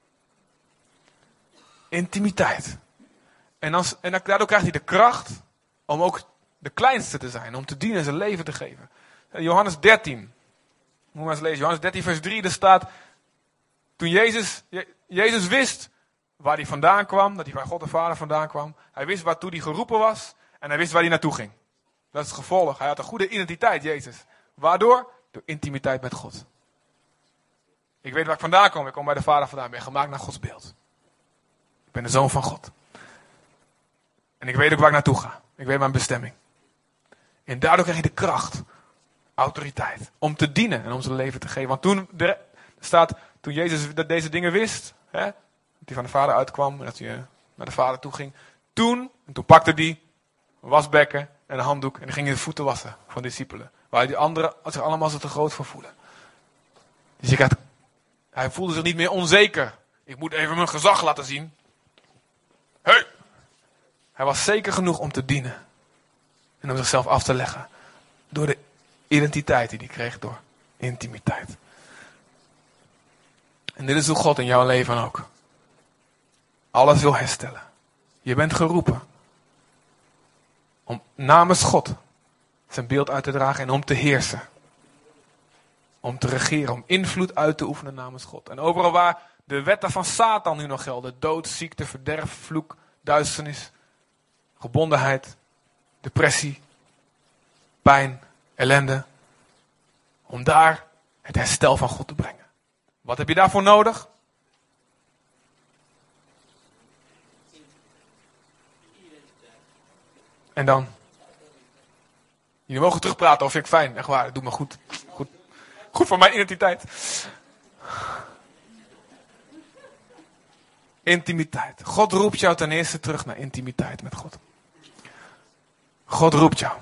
A: Intimiteit. En daardoor krijgt hij de kracht om ook de kleinste te zijn. Om te dienen en zijn leven te geven. Johannes 13. Moet je maar eens lezen. Johannes 13 vers 3. Er staat. Toen Jezus wist waar hij vandaan kwam. Dat hij bij God de Vader vandaan kwam. Hij wist waartoe hij geroepen was. En hij wist waar hij naartoe ging. Dat is het gevolg. Hij had een goede identiteit, Jezus. Waardoor? Door intimiteit met God. Ik weet waar ik vandaan kom. Ik kom bij de Vader vandaan. Ik ben gemaakt naar Gods beeld. Ik ben de zoon van God. En ik weet ook waar ik naartoe ga. Ik weet mijn bestemming. En daardoor krijg je de kracht, autoriteit, om te dienen en om zijn leven te geven. Want toen Jezus deze dingen wist, hè, dat hij van de Vader uitkwam en dat hij naar de Vader toe ging. Toen pakte hij een wasbekken en een handdoek en dan ging hij de voeten wassen van de discipelen. Waar die anderen zich allemaal zo te groot voor voelen. Dus hij voelde zich niet meer onzeker. Ik moet even mijn gezag laten zien. Hey! Hij was zeker genoeg om te dienen. En om zichzelf af te leggen. Door de identiteit die hij kreeg door intimiteit. En dit is hoe God in jouw leven ook alles wil herstellen. Je bent geroepen om namens God zijn beeld uit te dragen en om te heersen. Om te regeren, om invloed uit te oefenen namens God. En overal waar de wetten van Satan nu nog gelden. Dood, ziekte, verderf, vloek, duisternis, gebondenheid, depressie, pijn, ellende. Om daar het herstel van God te brengen. Wat heb je daarvoor nodig? En dan? Jullie mogen terugpraten, of vind ik fijn. Echt waar, dat doet me goed. Goed voor mijn identiteit. Intimiteit. God roept jou ten eerste terug naar intimiteit met God. God roept jou.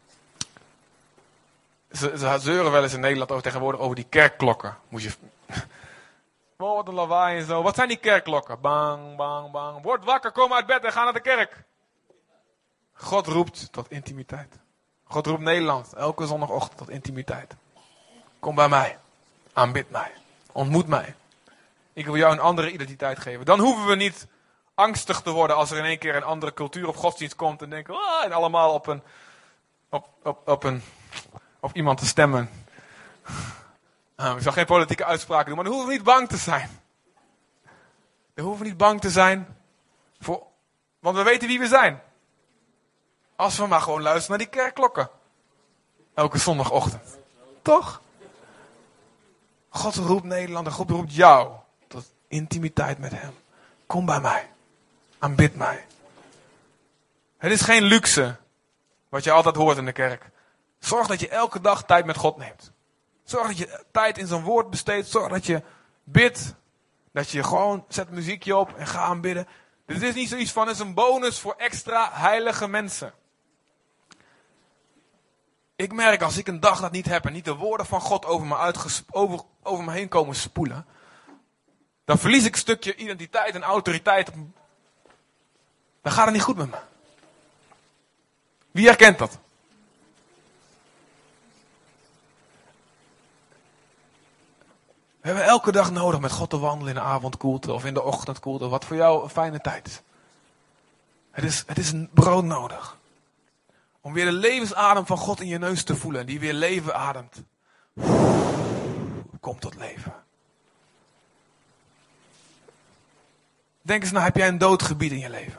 A: Ze zeuren wel eens in Nederland tegenwoordig over die kerkklokken. Oh, wat een lawaai en zo. Wat zijn die kerkklokken? Bang, bang, bang. Word wakker, kom uit bed en ga naar de kerk. God roept tot intimiteit. God roept Nederland elke zondagochtend tot intimiteit. Kom bij mij. Aanbid mij. Ontmoet mij. Ik wil jou een andere identiteit geven. Dan hoeven we niet angstig te worden als er in één keer een andere cultuur of godsdienst komt. En denken, en allemaal op iemand te stemmen. Ik zal geen politieke uitspraken doen, maar dan hoeven we niet bang te zijn. Dan hoeven we niet bang te zijn. Want we weten wie we zijn. Als we maar gewoon luisteren naar die kerkklokken. Elke zondagochtend. Toch? God roept Nederland en God roept jou tot intimiteit met hem. Kom bij mij. Aanbid mij. Het is geen luxe wat je altijd hoort in de kerk. Zorg dat je elke dag tijd met God neemt. Zorg dat je tijd in zijn woord besteedt. Zorg dat je bidt. Dat je gewoon zet muziekje op en ga aanbidden. Dit is niet zoiets van, het is een bonus voor extra heilige mensen. Ik merk als ik een dag dat niet heb en niet de woorden van God over me heen komen spoelen. Dan verlies ik een stukje identiteit en autoriteit. Dan gaat het niet goed met me. Wie herkent dat? We hebben elke dag nodig met God te wandelen in de avondkoelte of in de ochtendkoelte. Wat voor jou een fijne tijd is. Het is een brood nodig. Om weer de levensadem van God in je neus te voelen. Die weer leven ademt. Kom tot leven. Denk eens nou, heb jij een doodgebied in je leven?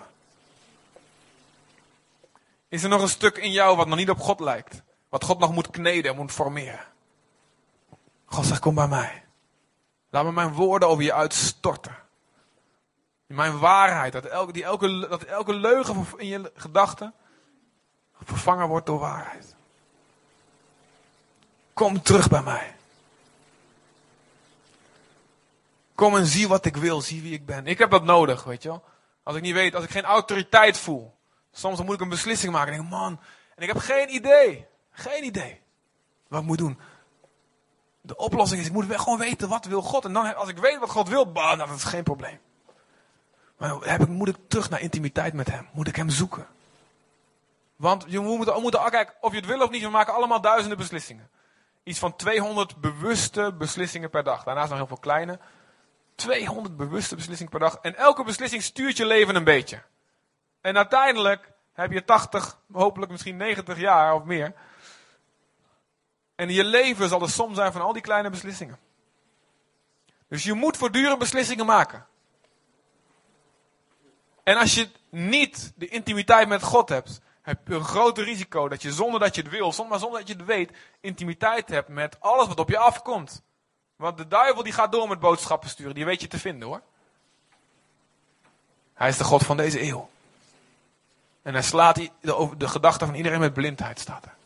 A: Is er nog een stuk in jou wat nog niet op God lijkt? Wat God nog moet kneden en moet formeren? God zegt, kom bij mij. Laat me mijn woorden over je uitstorten. Mijn waarheid, dat elke leugen in je gedachten vervangen wordt door waarheid. Kom terug bij mij. Kom en zie wat ik wil, zie wie ik ben. Ik heb dat nodig, weet je wel. Als ik niet weet, als ik geen autoriteit voel. Soms dan moet ik een beslissing maken en denk, man, en ik heb geen idee wat ik moet doen. De oplossing is, ik moet gewoon weten wat wil God. En dan, als ik weet wat God wil, nou, dat is geen probleem. Maar moet ik terug naar intimiteit met hem. Moet ik hem zoeken. Want we moeten kijk, of je het wil of niet, we maken allemaal duizenden beslissingen. Iets van 200 bewuste beslissingen per dag. Daarnaast nog heel veel kleine. 200 bewuste beslissingen per dag. En elke beslissing stuurt je leven een beetje. En uiteindelijk heb je 80, hopelijk misschien 90 jaar of meer. En je leven zal de som zijn van al die kleine beslissingen. Dus je moet voortdurend beslissingen maken. En als je niet de intimiteit met God hebt, heb je een groot risico dat je zonder dat je het wil, maar zonder dat je het weet, intimiteit hebt met alles wat op je afkomt. Want de duivel die gaat door met boodschappen sturen, die weet je te vinden hoor. Hij is de God van deze eeuw. En hij slaat de gedachten van iedereen met blindheid, staat er.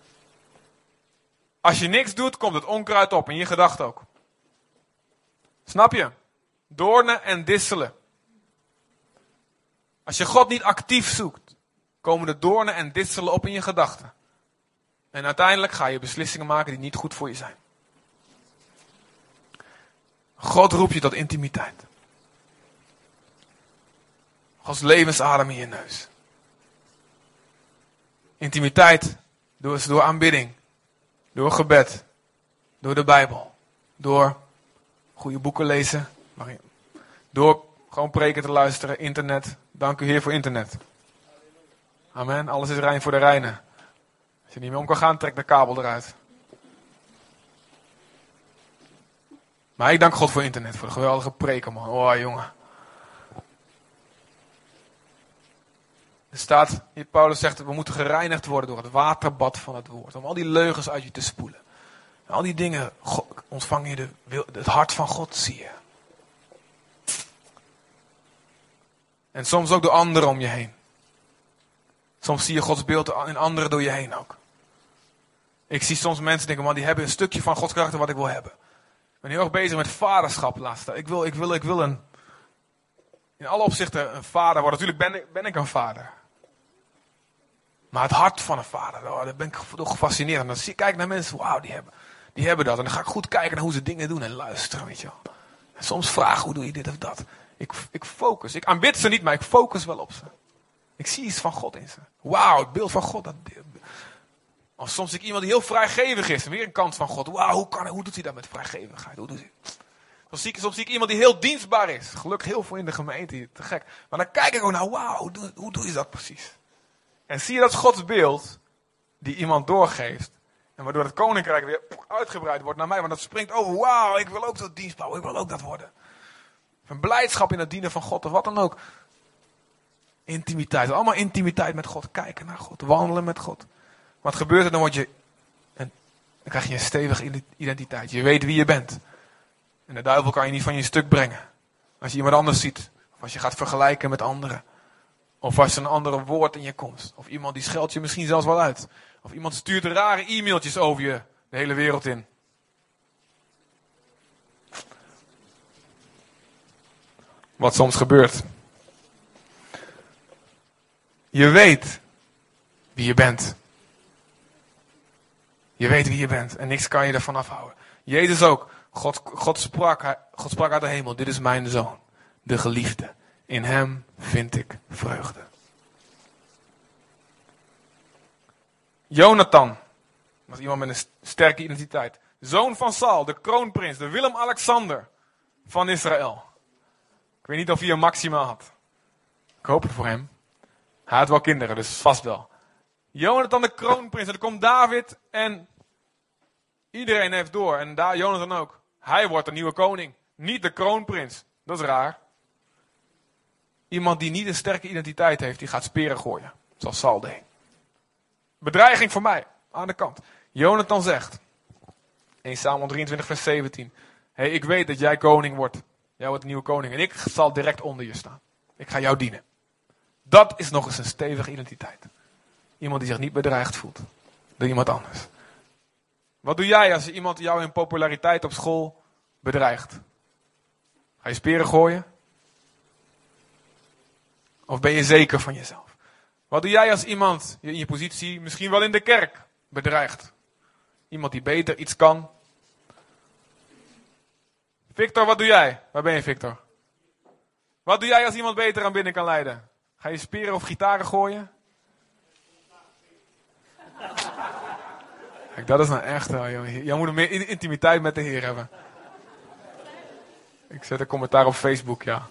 A: Als je niks doet, komt het onkruid op en je gedachten ook. Snap je? Doornen en disselen. Als je God niet actief zoekt, komen de doornen en disselen op in je gedachten. En uiteindelijk ga je beslissingen maken die niet goed voor je zijn. God roept je tot intimiteit. Gods levensadem in je neus. Intimiteit door aanbidding. Door gebed. Door de Bijbel. Door goede boeken lezen. Door gewoon preken te luisteren. Internet. Dank u Heer voor internet. Amen. Alles is rein voor de reinen. Als je niet meer om kan gaan, trek de kabel eruit. Maar ik dank God voor internet. Voor de geweldige preken, man. Oh, jongen. Er staat, hier Paulus zegt, we moeten gereinigd worden door het waterbad van het woord. Om al die leugens uit je te spoelen. En al die dingen, ontvang je het hart van God, zie je. En soms ook door anderen om je heen. Soms zie je Gods beeld in anderen door je heen ook. Ik zie soms mensen denken, man, die hebben een stukje van Gods karakter wat ik wil hebben. Ik ben heel erg bezig met vaderschap laatst. Ik wil in alle opzichten een vader worden. Natuurlijk ben ik een vader. Maar het hart van een vader, daar ben ik door gefascineerd. En dan kijk ik naar mensen, wauw, die hebben dat. En dan ga ik goed kijken naar hoe ze dingen doen en luisteren, weet je wel. En soms vragen, hoe doe je dit of dat? Ik focus. Ik aanbid ze niet, maar ik focus wel op ze. Ik zie iets van God in ze. Wauw, het beeld van God. Of soms zie ik iemand die heel vrijgevig is. Weer een kant van God. Wauw, hoe doet hij dat met vrijgevigheid? Soms zie ik iemand die heel dienstbaar is. Gelukkig heel veel in de gemeente. Te gek. Maar dan kijk ik ook naar, wauw, hoe doe je dat precies? En zie je dat Gods beeld die iemand doorgeeft. En waardoor het koninkrijk weer uitgebreid wordt naar mij. Want dat springt over, wauw, ik wil ook zo dienstbaar. Ik wil ook dat worden. Een blijdschap in het dienen van God of wat dan ook. Intimiteit. Allemaal intimiteit met God. Kijken naar God. Wandelen met God. Wat gebeurt er? Dan krijg je een stevige identiteit. Je weet wie je bent. En de duivel kan je niet van je stuk brengen. Als je iemand anders ziet. Of als je gaat vergelijken met anderen. Of als er een ander woord in je komt. Of iemand die scheldt je misschien zelfs wel uit. Of iemand stuurt rare e-mailtjes over je de hele wereld in. Wat soms gebeurt. Je weet wie je bent. Je weet wie je bent. En niks kan je ervan afhouden. Jezus ook. God sprak uit de hemel. Dit is mijn zoon. De geliefde. In hem vind ik vreugde. Jonathan. Was iemand met een sterke identiteit. Zoon van Saul. De kroonprins. De Willem-Alexander van Israël. Ik weet niet of hij een Maxima had. Ik hoop het voor hem. Hij had wel kinderen, dus vast wel. Jonathan de kroonprins. En er komt David en iedereen heeft door. En Jonathan ook. Hij wordt de nieuwe koning. Niet de kroonprins. Dat is raar. Iemand die niet een sterke identiteit heeft, die gaat speren gooien. Zoals Saul deed. Bedreiging voor mij. Aan de kant. Jonathan zegt. 1 Samuel 23 vers 17. Hey, ik weet dat jij koning wordt. Jij wordt de nieuwe koning. En ik zal direct onder je staan. Ik ga jou dienen. Dat is nog eens een stevige identiteit. Iemand die zich niet bedreigd voelt. Door iemand anders. Wat doe jij als iemand jou in populariteit op school bedreigt? Ga je speren gooien? Of ben je zeker van jezelf? Wat doe jij als iemand je in je positie, misschien wel in de kerk, bedreigt? Iemand die beter iets kan? Victor, wat doe jij? Waar ben je, Victor? Wat doe jij als iemand beter aan binnen kan leiden? Ga je speren of gitaren gooien? Kijk, dat is nou echt wel, jongen. Jij moet meer intimiteit met de Heer hebben. Ik zet een commentaar op Facebook, ja.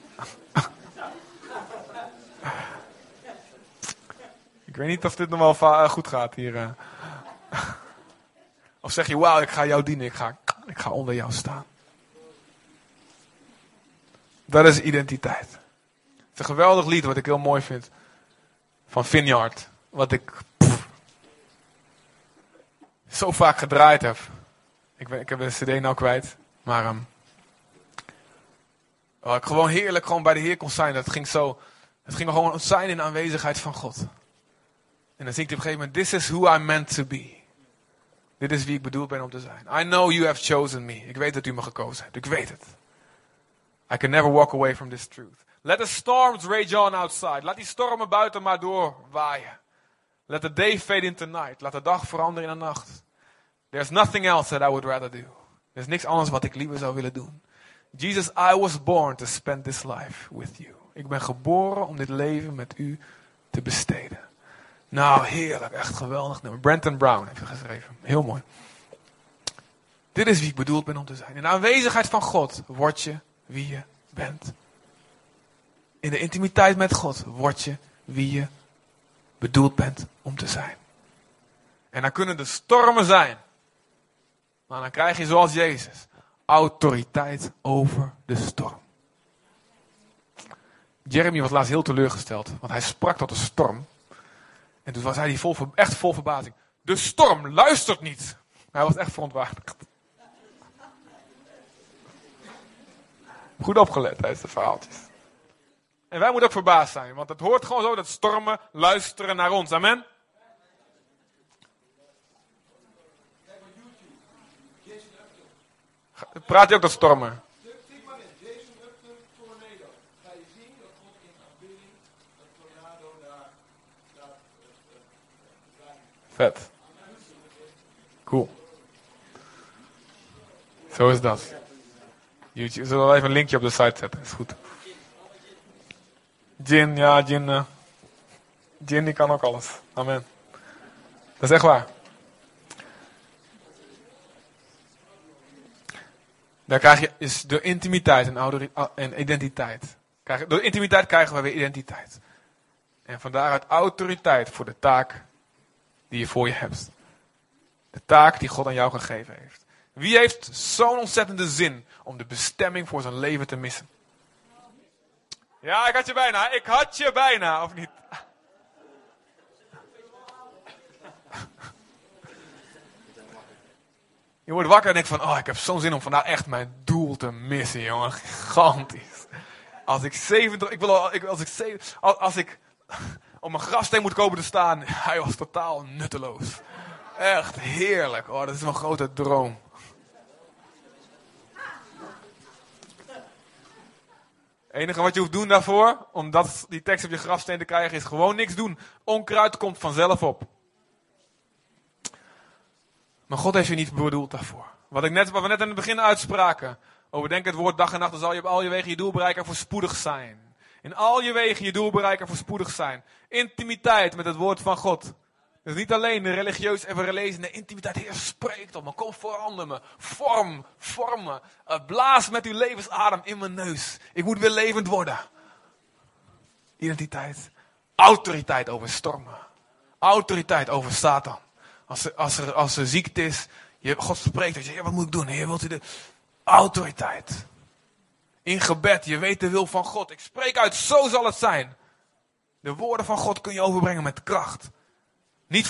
A: Ik weet niet of dit nog wel goed gaat hier. Of zeg je, wauw, ik ga jou dienen. Ik ga onder jou staan. Dat is identiteit. Het is een geweldig lied wat ik heel mooi vind. Van Vineyard. wat ik zo vaak gedraaid heb. Ik heb de cd nou kwijt. Maar ik gewoon heerlijk gewoon bij de Heer kon zijn. Het ging gewoon zijn in de aanwezigheid van God. En dan zingt hij op een gegeven moment, this is who I'm meant to be. Dit is wie ik bedoeld ben om te zijn. I know you have chosen me. Ik weet dat u me gekozen hebt. Ik weet het. I can never walk away from this truth. Let the storms rage on outside. Laat die stormen buiten maar doorwaaien. Let the day fade into night. Laat de dag veranderen in de nacht. There's nothing else that I would rather do. Er is niks anders wat ik liever zou willen doen. Jesus, I was born to spend this life with you. Ik ben geboren om dit leven met u te besteden. Nou, heerlijk. Echt geweldig nummer. Brenton Brown heeft het geschreven. Heel mooi. Dit is wie ik bedoeld ben om te zijn. In de aanwezigheid van God word je wie je bent. In de intimiteit met God word je wie je bedoeld bent om te zijn. En dan kunnen de stormen zijn. Maar dan krijg je zoals Jezus autoriteit over de storm. Jeremy was laatst heel teleurgesteld. Want hij sprak tot de storm. En toen was hij echt vol verbazing. De storm luistert niet. Hij was echt verontwaardigd. Goed opgelet tijdens de verhaaltjes. En wij moeten ook verbaasd zijn. Want het hoort gewoon zo dat stormen luisteren naar ons. Amen. Praat je ook tot stormen?
B: Tik maar in. Jason Upton, tornado. Ga je zien dat God in aanbidding een tornado naar
A: Vet. Cool. Zo is dat. YouTube. Zullen we even een linkje op de site zetten? Is goed. Jin, ja, Jin. Jin die kan ook alles. Amen. Dat is echt waar. Daar krijg je is de intimiteit en identiteit. Door intimiteit krijgen we weer identiteit. En van daaruit autoriteit voor de taak die je voor je hebt. De taak die God aan jou gegeven heeft. Wie heeft zo'n ontzettende zin om de bestemming voor zijn leven te missen? Ja, ik had je bijna. Ik had je bijna, of niet? Je wordt wakker en denkt van, ik heb zo'n zin om vandaag echt mijn doel te missen, jongen. Gigantisch. Als ik op mijn grafsteen moet komen te staan, hij was totaal nutteloos. Echt heerlijk. Dat is mijn grote droom. Het enige wat je hoeft doen daarvoor, om die tekst op je grafsteen te krijgen, is gewoon niks doen. Onkruid komt vanzelf op. Maar God heeft je niet bedoeld daarvoor. Wat we net in het begin uitspraken. Overdenk het woord dag en nacht, dan zal je op al je wegen je doel bereiken en voorspoedig zijn. In al je wegen je doel bereiken en voorspoedig zijn. Intimiteit met het woord van God. Dus niet alleen de religieus even gelezen. Nee, intimiteit. Heer, spreek tot me. Kom verander me. Vorm me. Blaas met uw levensadem in mijn neus. Ik moet weer levend worden. Identiteit. Autoriteit over stormen. Autoriteit over Satan. Als er ziekte is. God spreekt. Dat je, Heer, wat moet ik doen? Heer, wilt u de autoriteit. In gebed. Je weet de wil van God. Ik spreek uit. Zo zal het zijn. De woorden van God kun je overbrengen met kracht. Niet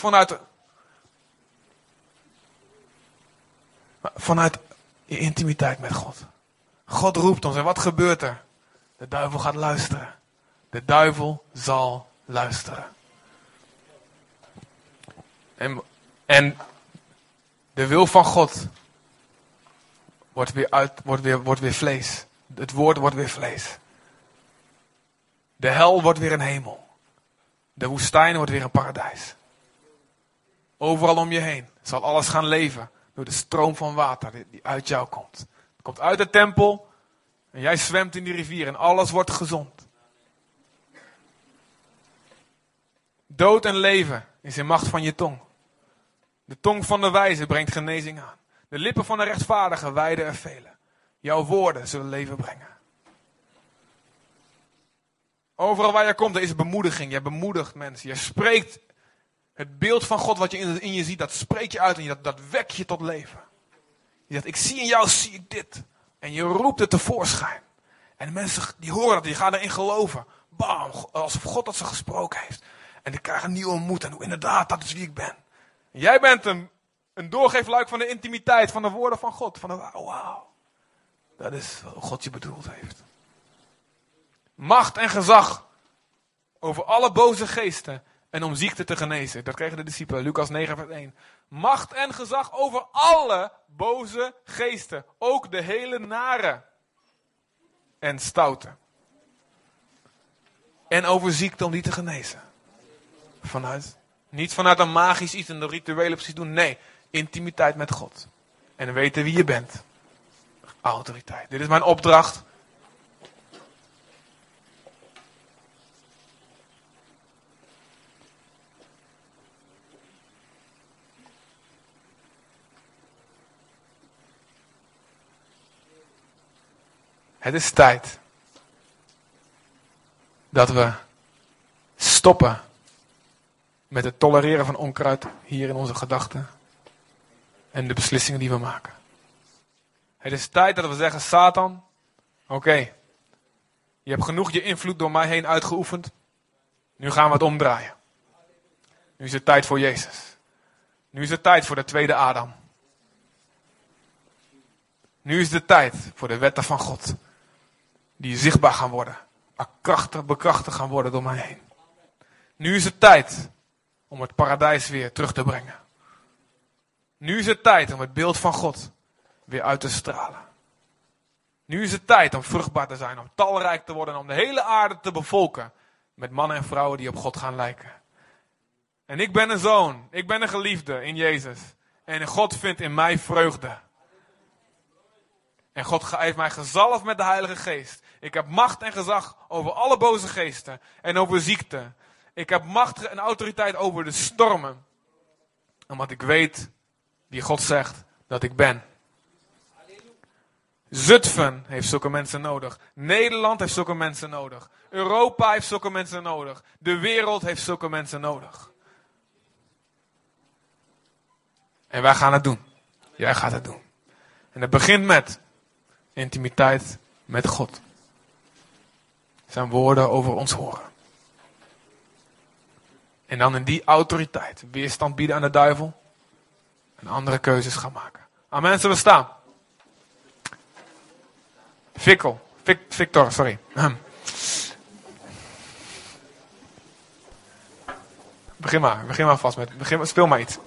A: vanuit je intimiteit met God. God roept ons en wat gebeurt er? De duivel gaat luisteren. De duivel zal luisteren. En de wil van God wordt weer vlees. Het woord wordt weer vlees. De hel wordt weer een hemel. De woestijn wordt weer een paradijs. Overal om je heen zal alles gaan leven door de stroom van water die uit jou komt. Het komt uit de tempel en jij zwemt in die rivier en alles wordt gezond. Dood en leven is in macht van je tong. De tong van de wijze brengt genezing aan. De lippen van de rechtvaardige wijden er velen. Jouw woorden zullen leven brengen. Overal waar je komt, er is bemoediging. Je bemoedigt mensen. Je spreekt het beeld van God wat je in je ziet. Dat spreek je uit en dat wek je tot leven. Je zegt, ik zie in jou, zie ik dit. En je roept het tevoorschijn. En de mensen die horen dat, die gaan erin geloven. Bam, alsof God dat ze gesproken heeft. En ik krijg een nieuwe moed. En inderdaad, dat is wie ik ben. En jij bent een doorgeefluik van de intimiteit, van de woorden van God. Van de wauw. Dat is wat God je bedoeld heeft. Macht en gezag over alle boze geesten en om ziekte te genezen. Dat kregen de discipelen, Lucas 9 vers 1. Macht en gezag over alle boze geesten. Ook de hele nare en stoute. En over ziekte om die te genezen. Niet vanuit een magisch iets en de rituelen precies doen. Nee, intimiteit met God. En weten wie je bent. Autoriteit. Dit is mijn opdracht. Het is tijd dat we stoppen met het tolereren van onkruid hier in onze gedachten en de beslissingen die we maken. Het is tijd dat we zeggen, Satan, oké, je hebt genoeg je invloed door mij heen uitgeoefend. Nu gaan we het omdraaien. Nu is het tijd voor Jezus. Nu is het tijd voor de tweede Adam. Nu is de tijd voor de wetten van God. Die zichtbaar gaan worden. Bekrachtigd gaan worden door mij heen. Nu is het tijd om het paradijs weer terug te brengen. Nu is het tijd om het beeld van God weer uit te stralen. Nu is het tijd om vruchtbaar te zijn, om talrijk te worden en om de hele aarde te bevolken met mannen en vrouwen die op God gaan lijken. En ik ben een zoon, ik ben een geliefde in Jezus. En God vindt in mij vreugde. En God heeft mij gezalfd met de Heilige Geest. Ik heb macht en gezag over alle boze geesten en over ziekte. Ik heb macht en autoriteit over de stormen. Omdat ik weet wie God zegt dat ik ben. Zutphen heeft zulke mensen nodig. Nederland heeft zulke mensen nodig. Europa heeft zulke mensen nodig. De wereld heeft zulke mensen nodig. En wij gaan het doen. Jij gaat het doen. En het begint met intimiteit met God. Zijn woorden over ons horen. En dan in die autoriteit weerstand bieden aan de duivel. En andere keuzes gaan maken. Amen, zullen we staan? Victor, sorry. Begin maar vast met. Speel maar iets.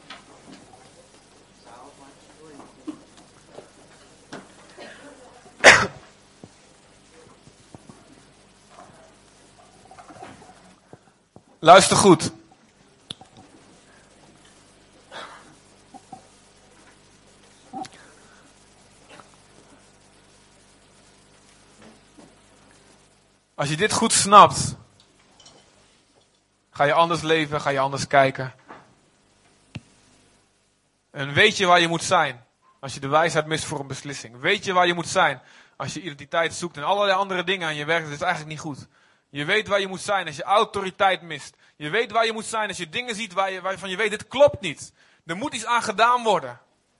A: Luister goed. Als je dit goed snapt, ga je anders leven, ga je anders kijken. En weet je waar je moet zijn als je de wijsheid mist voor een beslissing. Weet je waar je moet zijn als je identiteit zoekt en allerlei andere dingen aan je werk. Dat is eigenlijk niet goed. Je weet waar je moet zijn als je autoriteit mist. Je weet waar je moet zijn als je dingen ziet waarvan je weet, dit klopt niet. Er moet iets aan gedaan worden.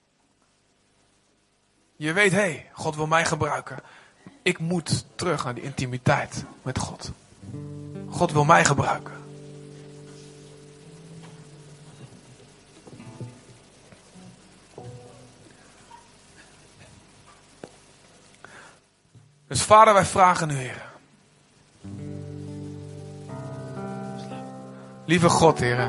A: Je weet, hé, God wil mij gebruiken. Ik moet terug naar die intimiteit met God. God wil mij gebruiken. Dus Vader, wij vragen u, Heer. Lieve God, Heer.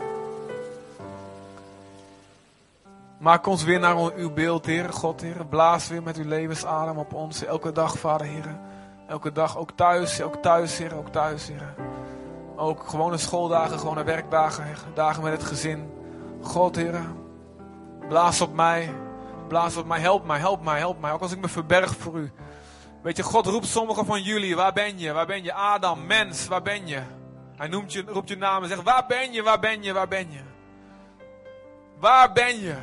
A: Maak ons weer naar uw beeld, Heer. God, Heer. Blaas weer met uw levensadem op ons. Elke dag, Vader, Heer. Elke dag, ook thuis, Heer. Ook thuis, Heer. Ook gewone schooldagen, gewone werkdagen, Heer. Dagen met het gezin. God, Heer. Blaas op mij. Blaas op mij. Help mij, help mij, help mij. Ook als ik me verberg voor u. Weet je, God roept sommigen van jullie. Waar ben je? Waar ben je? Adam, mens, waar ben je? Hij roept je naam en zegt, waar ben je? Waar ben je? Waar ben je? Waar ben je?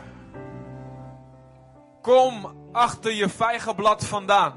A: Kom achter je vijgenblad vandaan.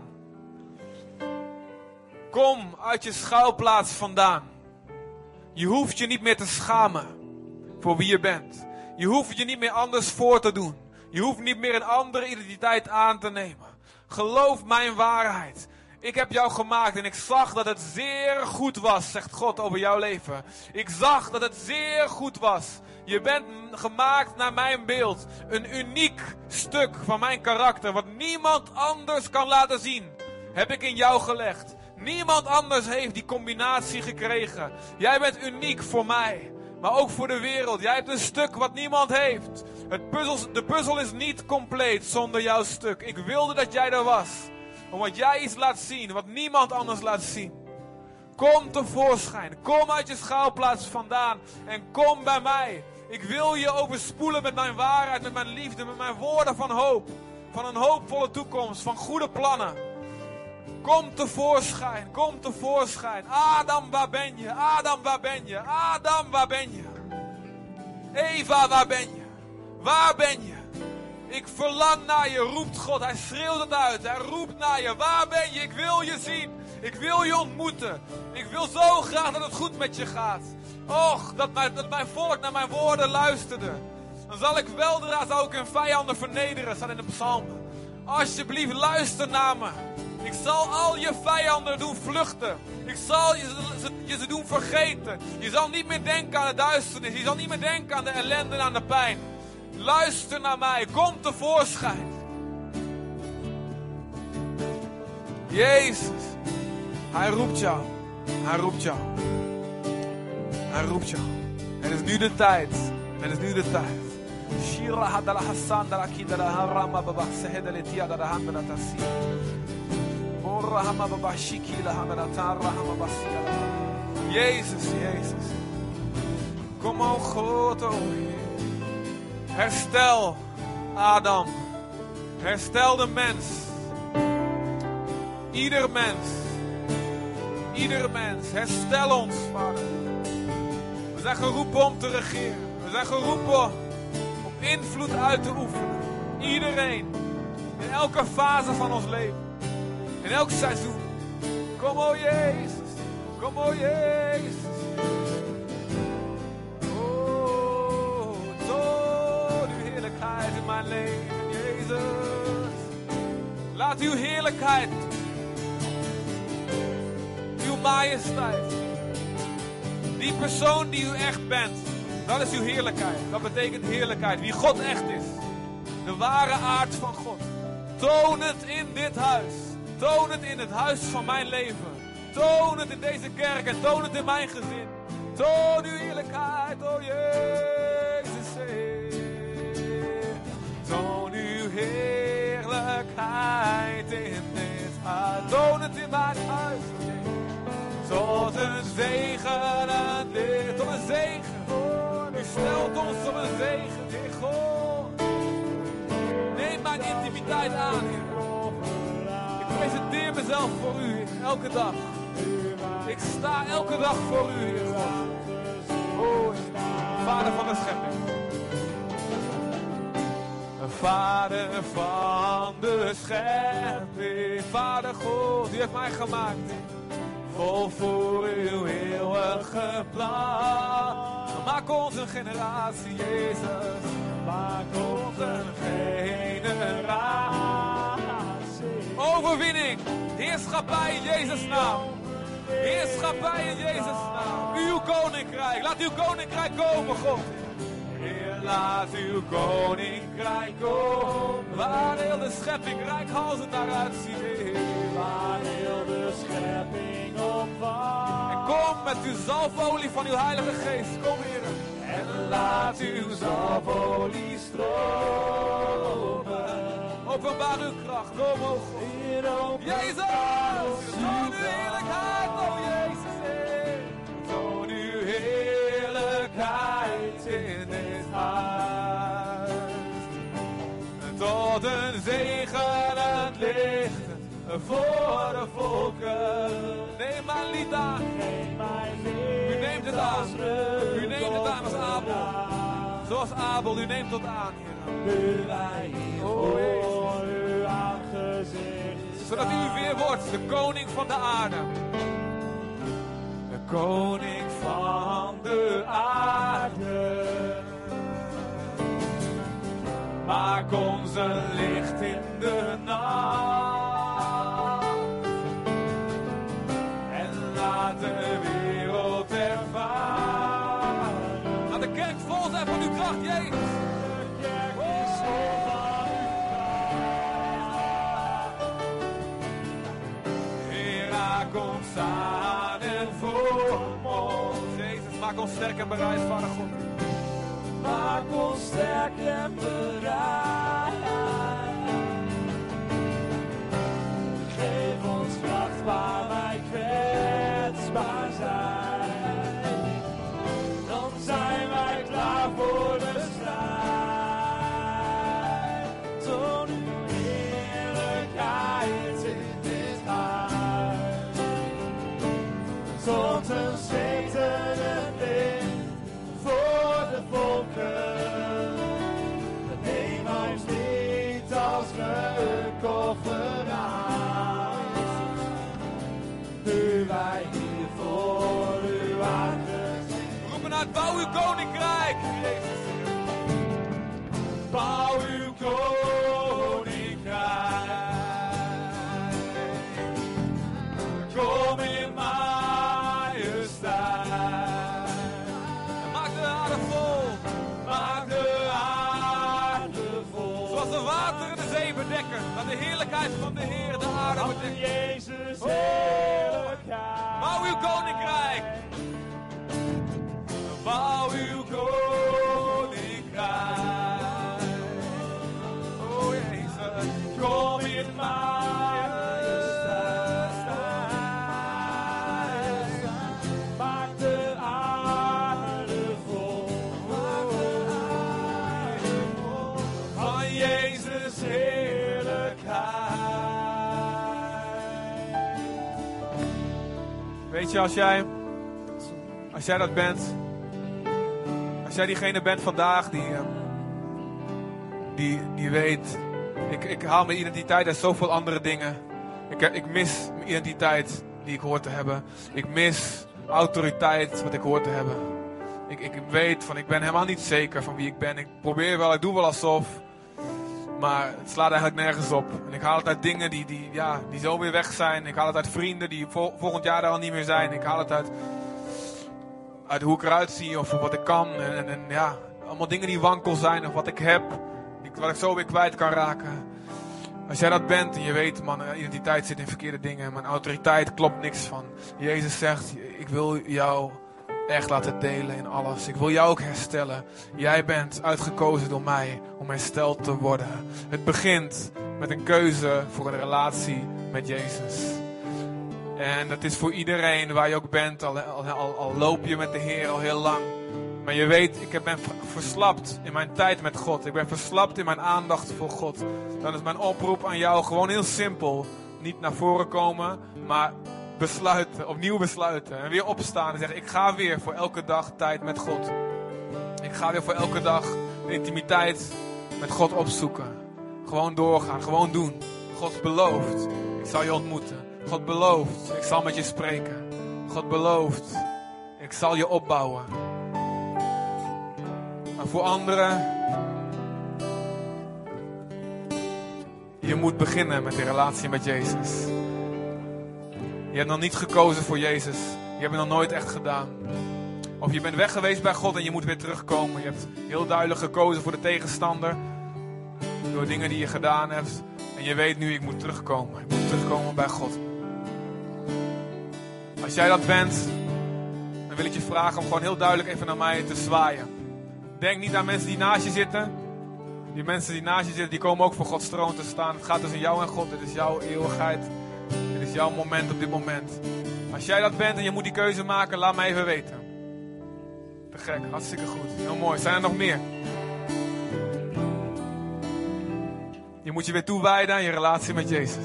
A: Kom uit je schuilplaats vandaan. Je hoeft je niet meer te schamen voor wie je bent. Je hoeft je niet meer anders voor te doen. Je hoeft niet meer een andere identiteit aan te nemen. Geloof mijn waarheid. Ik heb jou gemaakt en ik zag dat het zeer goed was, zegt God over jouw leven. Ik zag dat het zeer goed was. Je bent gemaakt naar mijn beeld. Een uniek stuk van mijn karakter, wat niemand anders kan laten zien, heb ik in jou gelegd. Niemand anders heeft die combinatie gekregen. Jij bent uniek voor mij, maar ook voor de wereld. Jij hebt een stuk wat niemand heeft. De puzzel is niet compleet zonder jouw stuk. Ik wilde dat jij er was, omdat jij iets laat zien wat niemand anders laat zien. Kom tevoorschijn. Kom uit je schuilplaats vandaan en kom bij mij. Ik wil je overspoelen met mijn waarheid, met mijn liefde, met mijn woorden van hoop. Van een hoopvolle toekomst, van goede plannen. Kom tevoorschijn, kom tevoorschijn. Adam, waar ben je? Adam, waar ben je? Adam, waar ben je? Eva, waar ben je? Waar ben je? Ik verlang naar je, roept God. Hij schreeuwt het uit. Hij roept naar je. Waar ben je? Ik wil je zien. Ik wil je ontmoeten. Ik wil zo graag dat het goed met je gaat. Och, dat mijn volk naar mijn woorden luisterde. Dan zal ik weldra, zou ik hun vijanden vernederen, staat in de psalmen. Alsjeblieft, luister naar me. Ik zal al je vijanden doen vluchten. Ik zal je ze doen vergeten. Je zal niet meer denken aan de duisternis. Je zal niet meer denken aan de ellende en aan de pijn. Luister naar mij. Kom tevoorschijn. Jezus. Hij roept jou. Hij roept jou. Hij roept jou. Het is nu de tijd. Het is nu de tijd. Shira hadala Hassan dala kidala harama baba sehedele tia dala hamna tasi. Orahama baba shikila hamna tarahama basia. Jezus, Jezus. Kom o God, o Heer. Herstel Adam. Herstel de mens. Ieder mens. Ieder mens. Herstel ons, Vader. We zijn geroepen om te regeren. We zijn geroepen om invloed uit te oefenen. Iedereen. In elke fase van ons leven. In elk seizoen. Kom o Jezus. Kom o Jezus. Oh, toon uw heerlijkheid in mijn leven, Jezus. Laat uw heerlijkheid, uw majesteit, die persoon die u echt bent, dat is uw heerlijkheid. Dat betekent heerlijkheid. Wie God echt is. De ware aard van God. Toon het in dit huis. Toon het in het huis van mijn leven. Toon het in deze kerk en toon het in mijn gezin. Toon uw heerlijkheid, o Jezus. Toon uw heerlijkheid in dit huis. Toon het in mijn huis, o Jezus. Tot een zegen en licht, tot een zegen. U stelt ons tot een zegen, Heer God. Neem mijn intimiteit aan, Heer. Ik presenteer mezelf voor u, elke dag. Ik sta elke dag voor u, Heer God. O, Vader van de schepping. Vader van de schepping. Vader God, u heeft mij gemaakt. Vol voor uw eeuwige plan. Maak ons een generatie, Jezus. Maak ons een generatie. Overwinning. Heerschappij in Jezus' naam. Heerschappij in Jezus' naam. Uw koninkrijk. Laat uw koninkrijk komen, God. Heer, laat uw koninkrijk komen. Waar heel de schepping rijkhalsend naar uitziet, Heer. Waar heel de schepping opwacht. En kom met uw zalfolie van uw Heilige Geest. Kom, Heer. En laat uw zalfolie stromen. Openbaar uw kracht. Kom, o God. Jezus. Toon uw heerlijkheid, o Jezus. Toon uw heerlijkheid in dit huis. Tot een zegen en licht voor de volken. Neem mijn lied aan. U neemt het aan. U neemt het aan als Abel. Zoals Abel, u neemt het aan, Heer. Nu wij hier voor uw aangezicht. Zodat u weer wordt de koning van de aarde. De koning van de aarde. Maak ons een licht in de nacht. Maak ons aan en vorm ons. Jezus, maak ons sterk en bereid, Vader God.
C: Maak ons sterk en bereid. Geef ons kracht waar wij kwetsbaar zijn. Dan zijn wij klaar voor de strijd. Toon uw heerlijkheid in dit huis. Tot een zwetende wind voor de volken. Neem ons niet als reuk of verraad. Nu wij hier voor uw aangezicht.
A: Roepen uit, bouw uw koninkrijk. Jezus.
C: Bouw uw koninkrijk. Kom in majesteit.
A: En maak de aarde vol.
C: Maak de aarde vol.
A: Zoals de wateren de zee bedekken. Laat de heerlijkheid van de Heer de aarde
C: Van
A: bedekken.
C: Jezus heerlijkheid.
A: Bouw uw koninkrijk.
C: Bouw uw koninkrijk.
A: Oh Jezus.
C: Kom in majesteit. Maak de aarde vol. Van Jezus heerlijkheid.
A: Weet je, als jij dat bent, als jij diegene bent vandaag die weet, ik haal mijn identiteit uit zoveel andere dingen. Ik mis mijn identiteit die ik hoor te hebben. Ik mis autoriteit wat ik hoor te hebben. Ik weet van, ik ben helemaal niet zeker van wie ik ben. Ik probeer wel, ik doe wel alsof. Maar het slaat eigenlijk nergens op. En ik haal het uit dingen die zo weer weg zijn. Ik haal het uit vrienden die volgend jaar er al niet meer zijn. Ik haal het uit hoe ik eruit zie of wat ik kan. En ja, allemaal dingen die wankel zijn of wat ik heb. Wat ik zo weer kwijt kan raken. Als jij dat bent en je weet, man, mijn identiteit zit in verkeerde dingen. Mijn autoriteit klopt niks van. Jezus zegt, ik wil jou echt laten delen in alles. Ik wil jou ook herstellen. Jij bent uitgekozen door mij om hersteld te worden. Het begint met een keuze voor een relatie met Jezus. En dat is voor iedereen waar je ook bent. Al loop je met de Heer al heel lang. Maar je weet, ik ben verslapt in mijn tijd met God. Ik ben verslapt in mijn aandacht voor God. Dan is mijn oproep aan jou gewoon heel simpel. Niet naar voren komen, maar besluiten, opnieuw besluiten. En weer opstaan en zeggen, ik ga weer voor elke dag tijd met God. Ik ga weer voor elke dag de intimiteit met God opzoeken. Gewoon doorgaan, gewoon doen. God belooft, ik zal je ontmoeten. God belooft, ik zal met je spreken. God belooft, ik zal je opbouwen. Maar voor anderen, je moet beginnen met die relatie met Jezus. Je hebt nog niet gekozen voor Jezus. Je hebt het nog nooit echt gedaan. Of je bent weg geweest bij God en je moet weer terugkomen. Je hebt heel duidelijk gekozen voor de tegenstander. Door dingen die je gedaan hebt. En je weet nu, ik moet terugkomen. Ik moet terugkomen bij God. Als jij dat bent, dan wil ik je vragen om gewoon heel duidelijk even naar mij te zwaaien. Denk niet aan mensen die naast je zitten. Die mensen die naast je zitten, die komen ook voor Gods troon te staan. Het gaat tussen jou en God. Dit is jouw eeuwigheid. Dit is jouw moment op dit moment. Als jij dat bent en je moet die keuze maken, laat mij even weten. Te gek, hartstikke goed. Heel mooi. Zijn er nog meer? Je moet je weer toewijden aan je relatie met Jezus.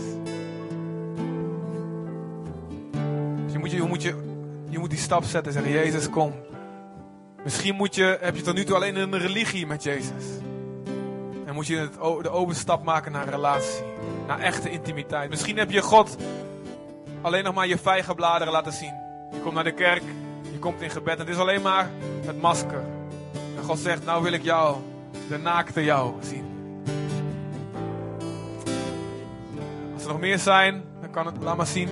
A: Dus je moet die stap zetten en zeggen, Jezus, kom. Misschien heb je tot nu toe alleen een religie met Jezus. En moet je de overstap maken naar een relatie. Naar echte intimiteit. Misschien heb je God alleen nog maar je vijgenbladeren laten zien. Je komt naar de kerk, je komt in gebed. En het is alleen maar het masker. En God zegt, nou wil ik jou, de naakte jou, zien. Als er nog meer zijn, dan kan het, laat maar zien.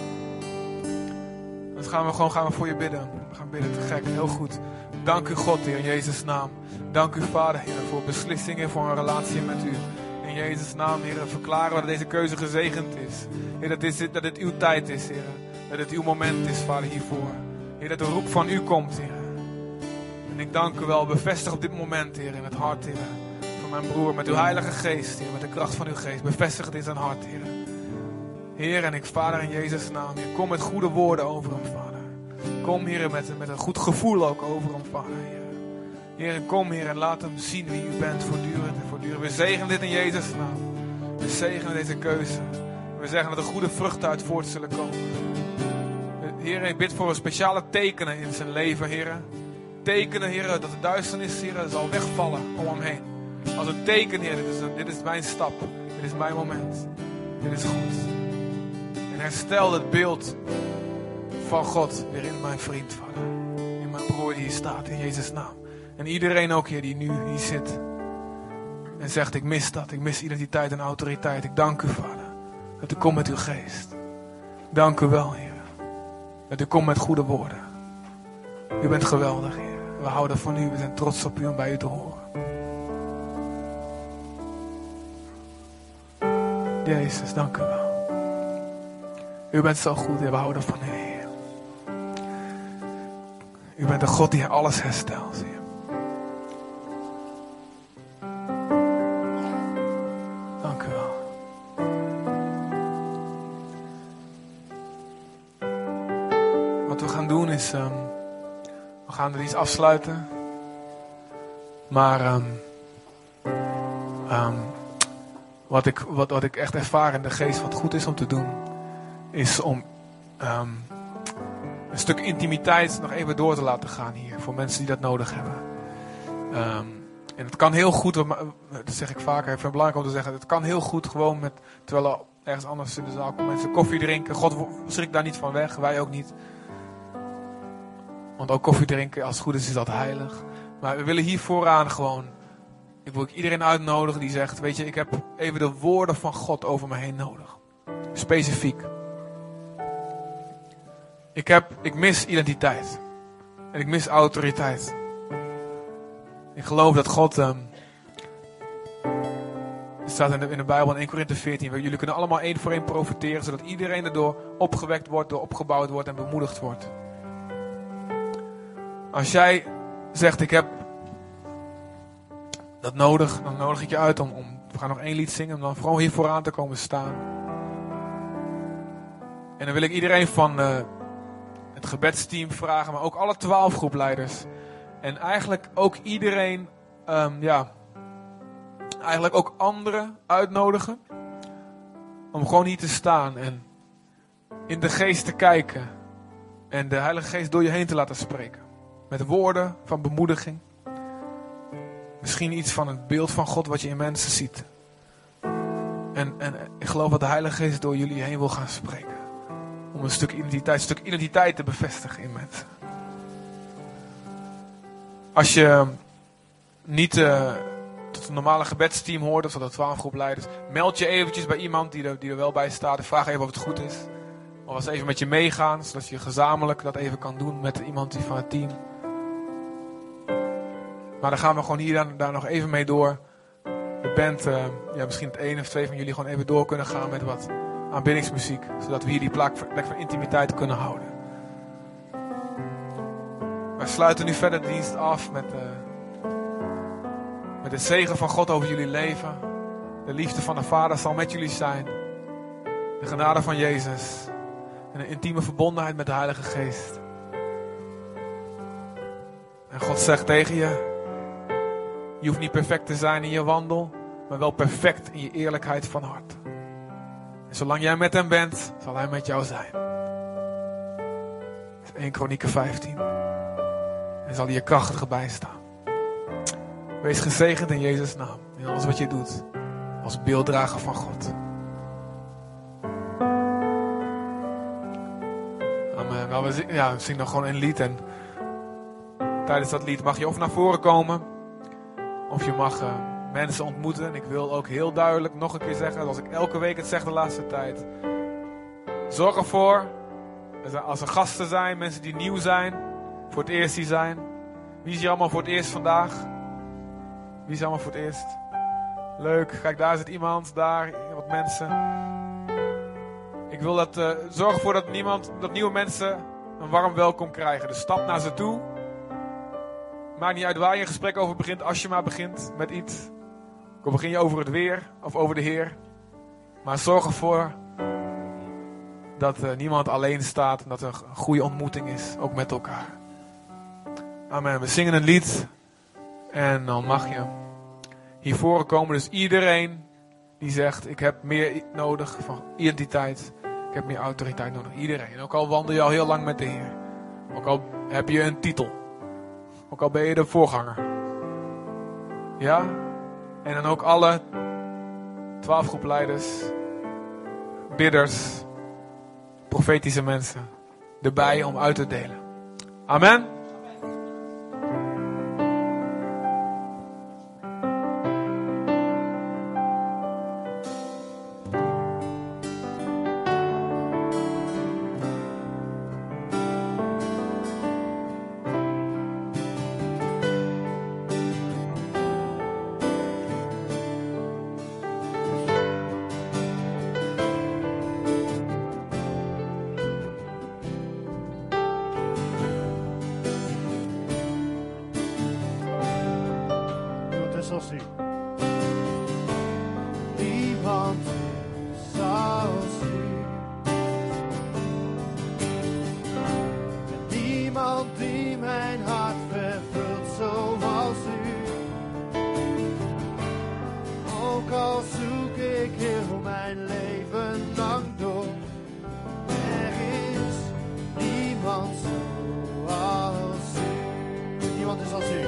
A: Dan gaan we voor je bidden. We gaan bidden, te gek, heel goed. Dank u God, Heer, in Jezus' naam. Dank u Vader, Heer, voor beslissingen, voor een relatie met u. In Jezus' naam, Heer, verklaren we dat deze keuze gezegend is. Heer, dat dit uw tijd is, Heer. Dat het uw moment is, Vader, hiervoor. Heer, dat de roep van u komt, Heer. En ik dank u wel. Bevestig op dit moment, Heer, in het hart, Heer, van mijn broer. Met uw heilige geest, Heer. Met de kracht van uw geest. Bevestig het in zijn hart, Heer. Heer, en ik, Vader, in Jezus' naam, Heer, kom met goede woorden over hem, Vader. Kom, Heer, met een goed gevoel ook over hem, Vader, Heer. Heer, en kom, Heer, en laat hem zien wie u bent, voortdurend en voortdurend. We zegenen dit in Jezus' naam. We zegenen deze keuze. We zeggen dat er goede vruchten uit voort zullen komen. Heer, ik bid voor speciale tekenen in zijn leven, Heer. Tekenen, Heer, dat de duisternis, Heer, zal wegvallen om hem heen. Als een teken, Heer, dit is mijn stap. Dit is mijn moment. Dit is goed. En herstel het beeld van God weer in mijn vriend, Vader. In mijn broer die hier staat, in Jezus' naam. En iedereen ook, Heer, die nu hier zit. En zegt, ik mis dat. Ik mis identiteit en autoriteit. Ik dank u, Vader. Dat u komt met uw geest. Dank u wel, Heer. Dat u komt met goede woorden. U bent geweldig, Heer. We houden van u. We zijn trots op u om bij u te horen. Jezus, dank u wel. U bent zo goed, Heer. We houden van u, Heer. U bent de God die alles herstelt, Heer. Dank u wel. Wat we gaan doen is, we gaan er iets afsluiten. Maar wat ik echt ervaar in de geest, wat goed is om te doen, is om een stuk intimiteit nog even door te laten gaan hier. Voor mensen die dat nodig hebben. En het kan heel goed, dat zeg ik vaker, ik vind het belangrijk om te zeggen, het kan heel goed gewoon met, terwijl er ergens anders in de zaal komen mensen koffie drinken. God schrikt daar niet van weg, wij ook niet. Want ook koffie drinken, als het goed is dat heilig. Maar we willen hier vooraan gewoon, ik wil iedereen uitnodigen die zegt, weet je, ik heb even de woorden van God over me heen nodig. Specifiek. Ik mis identiteit. En ik mis autoriteit. Ik geloof dat God, het staat in de Bijbel in 1 Korinthe 14, jullie kunnen allemaal één voor één profiteren, zodat iedereen erdoor opgewekt wordt, door opgebouwd wordt en bemoedigd wordt. Als jij zegt, ik heb dat nodig, dan nodig ik je uit om we gaan nog 1 lied zingen, om dan vooral hier vooraan te komen staan. En dan wil ik iedereen van het gebedsteam vragen, maar ook alle 12 groepleiders. En eigenlijk ook iedereen, eigenlijk ook anderen uitnodigen. Om gewoon hier te staan en in de geest te kijken. En de Heilige Geest door je heen te laten spreken. Met woorden van bemoediging. Misschien iets van het beeld van God wat je in mensen ziet. En ik geloof dat de Heilige Geest door jullie heen wil gaan spreken. Om een stuk identiteit te bevestigen in mensen. Als je niet tot het normale gebedsteam hoort, of tot de 12 groepleiders, meld je eventjes bij iemand die er wel bij staat. Vraag even of het goed is. Of als ze even met je meegaan, zodat je gezamenlijk dat even kan doen met iemand van het team. Maar dan gaan we gewoon hier daar nog even mee door. De band, misschien het 1 of 2 van jullie gewoon even door kunnen gaan met wat aanbiddingsmuziek. Zodat we hier die plek van intimiteit kunnen houden. We sluiten nu verder de dienst af met de zegen van God over jullie leven. De liefde van de Vader zal met jullie zijn. De genade van Jezus. En een intieme verbondenheid met de Heilige Geest. En God zegt tegen je, je hoeft niet perfect te zijn in je wandel, maar wel perfect in je eerlijkheid van hart. En zolang jij met hem bent, zal hij met jou zijn. Dat is 1 Kronieken 15. En zal hij je krachtig bijstaan. Wees gezegend in Jezus' naam. In alles wat je doet. Als beelddrager van God. Amen. Nou, we zingen nog gewoon een lied. En tijdens dat lied mag je of naar voren komen. Of je mag mensen ontmoeten. En ik wil ook heel duidelijk nog een keer zeggen. Zoals ik elke week het zeg de laatste tijd. Zorg ervoor. Als er gasten zijn. Mensen die nieuw zijn. Voor het eerst hier zijn. Wie is hier allemaal voor het eerst vandaag? Wie is allemaal voor het eerst? Leuk. Kijk, daar zit iemand. Daar wat mensen. Ik wil zorgen ervoor dat nieuwe mensen een warm welkom krijgen. Dus stap naar ze toe. Maakt niet uit waar je een gesprek over begint, als je maar begint met iets. Of begin je over het weer of over de Heer. Maar zorg ervoor dat niemand alleen staat en dat er een goede ontmoeting is, ook met elkaar. Amen. We zingen een lied en dan mag je hiervoor komen. Dus iedereen die zegt, ik heb meer nodig van identiteit. Ik heb meer autoriteit nodig. Iedereen. Ook al wandel je al heel lang met de Heer. Ook al heb je een titel. Ook al ben je de voorganger. Ja? En dan ook alle 12 groepleiders, bidders, profetische mensen erbij om uit te delen. Amen.
D: Zoals u. Niemand zoals u. Niemand die mijn hart vervult zoals u. Ook al zoek ik heel mijn leven lang door. Er is niemand zoals u. Niemand is als u.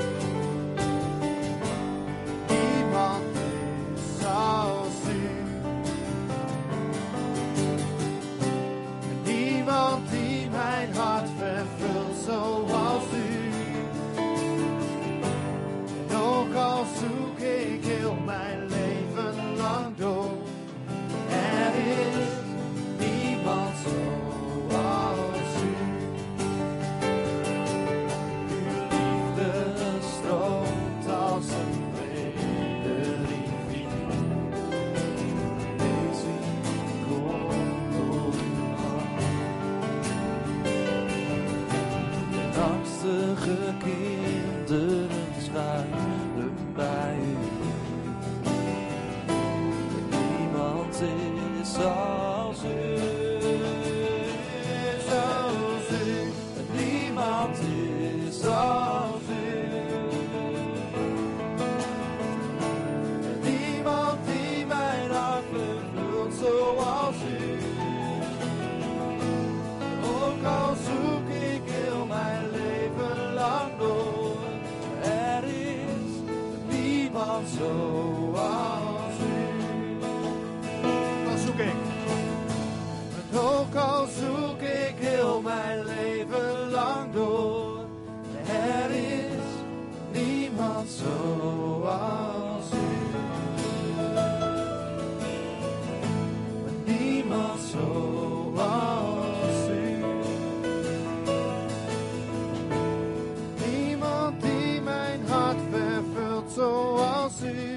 D: Zoals u. En ook al zoek ik heel mijn leven lang door. Er is niemand zoals u. Uw liefde stroomt als een brede rivier. Deze komt door uw hart. Angstige kinderen schuilen bij u. Niemand is als u. Zoals u. Niemand is als u. Niemand die mijn hart vervult zoals u. Ook al zoek ik heel mijn leven lang door. Er is niemand zoals u. Dan zoek ik. En ook al zoek ik heel mijn leven lang door. Er is niemand zoals u. Niemand zoals u. Niemand die mijn hart vervult zoals u.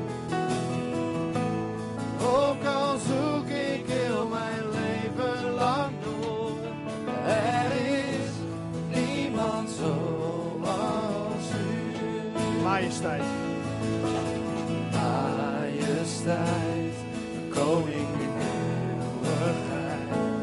D: Ook al zoek ik heel mijn leven lang door. Er is niemand zoals u. Majesteit.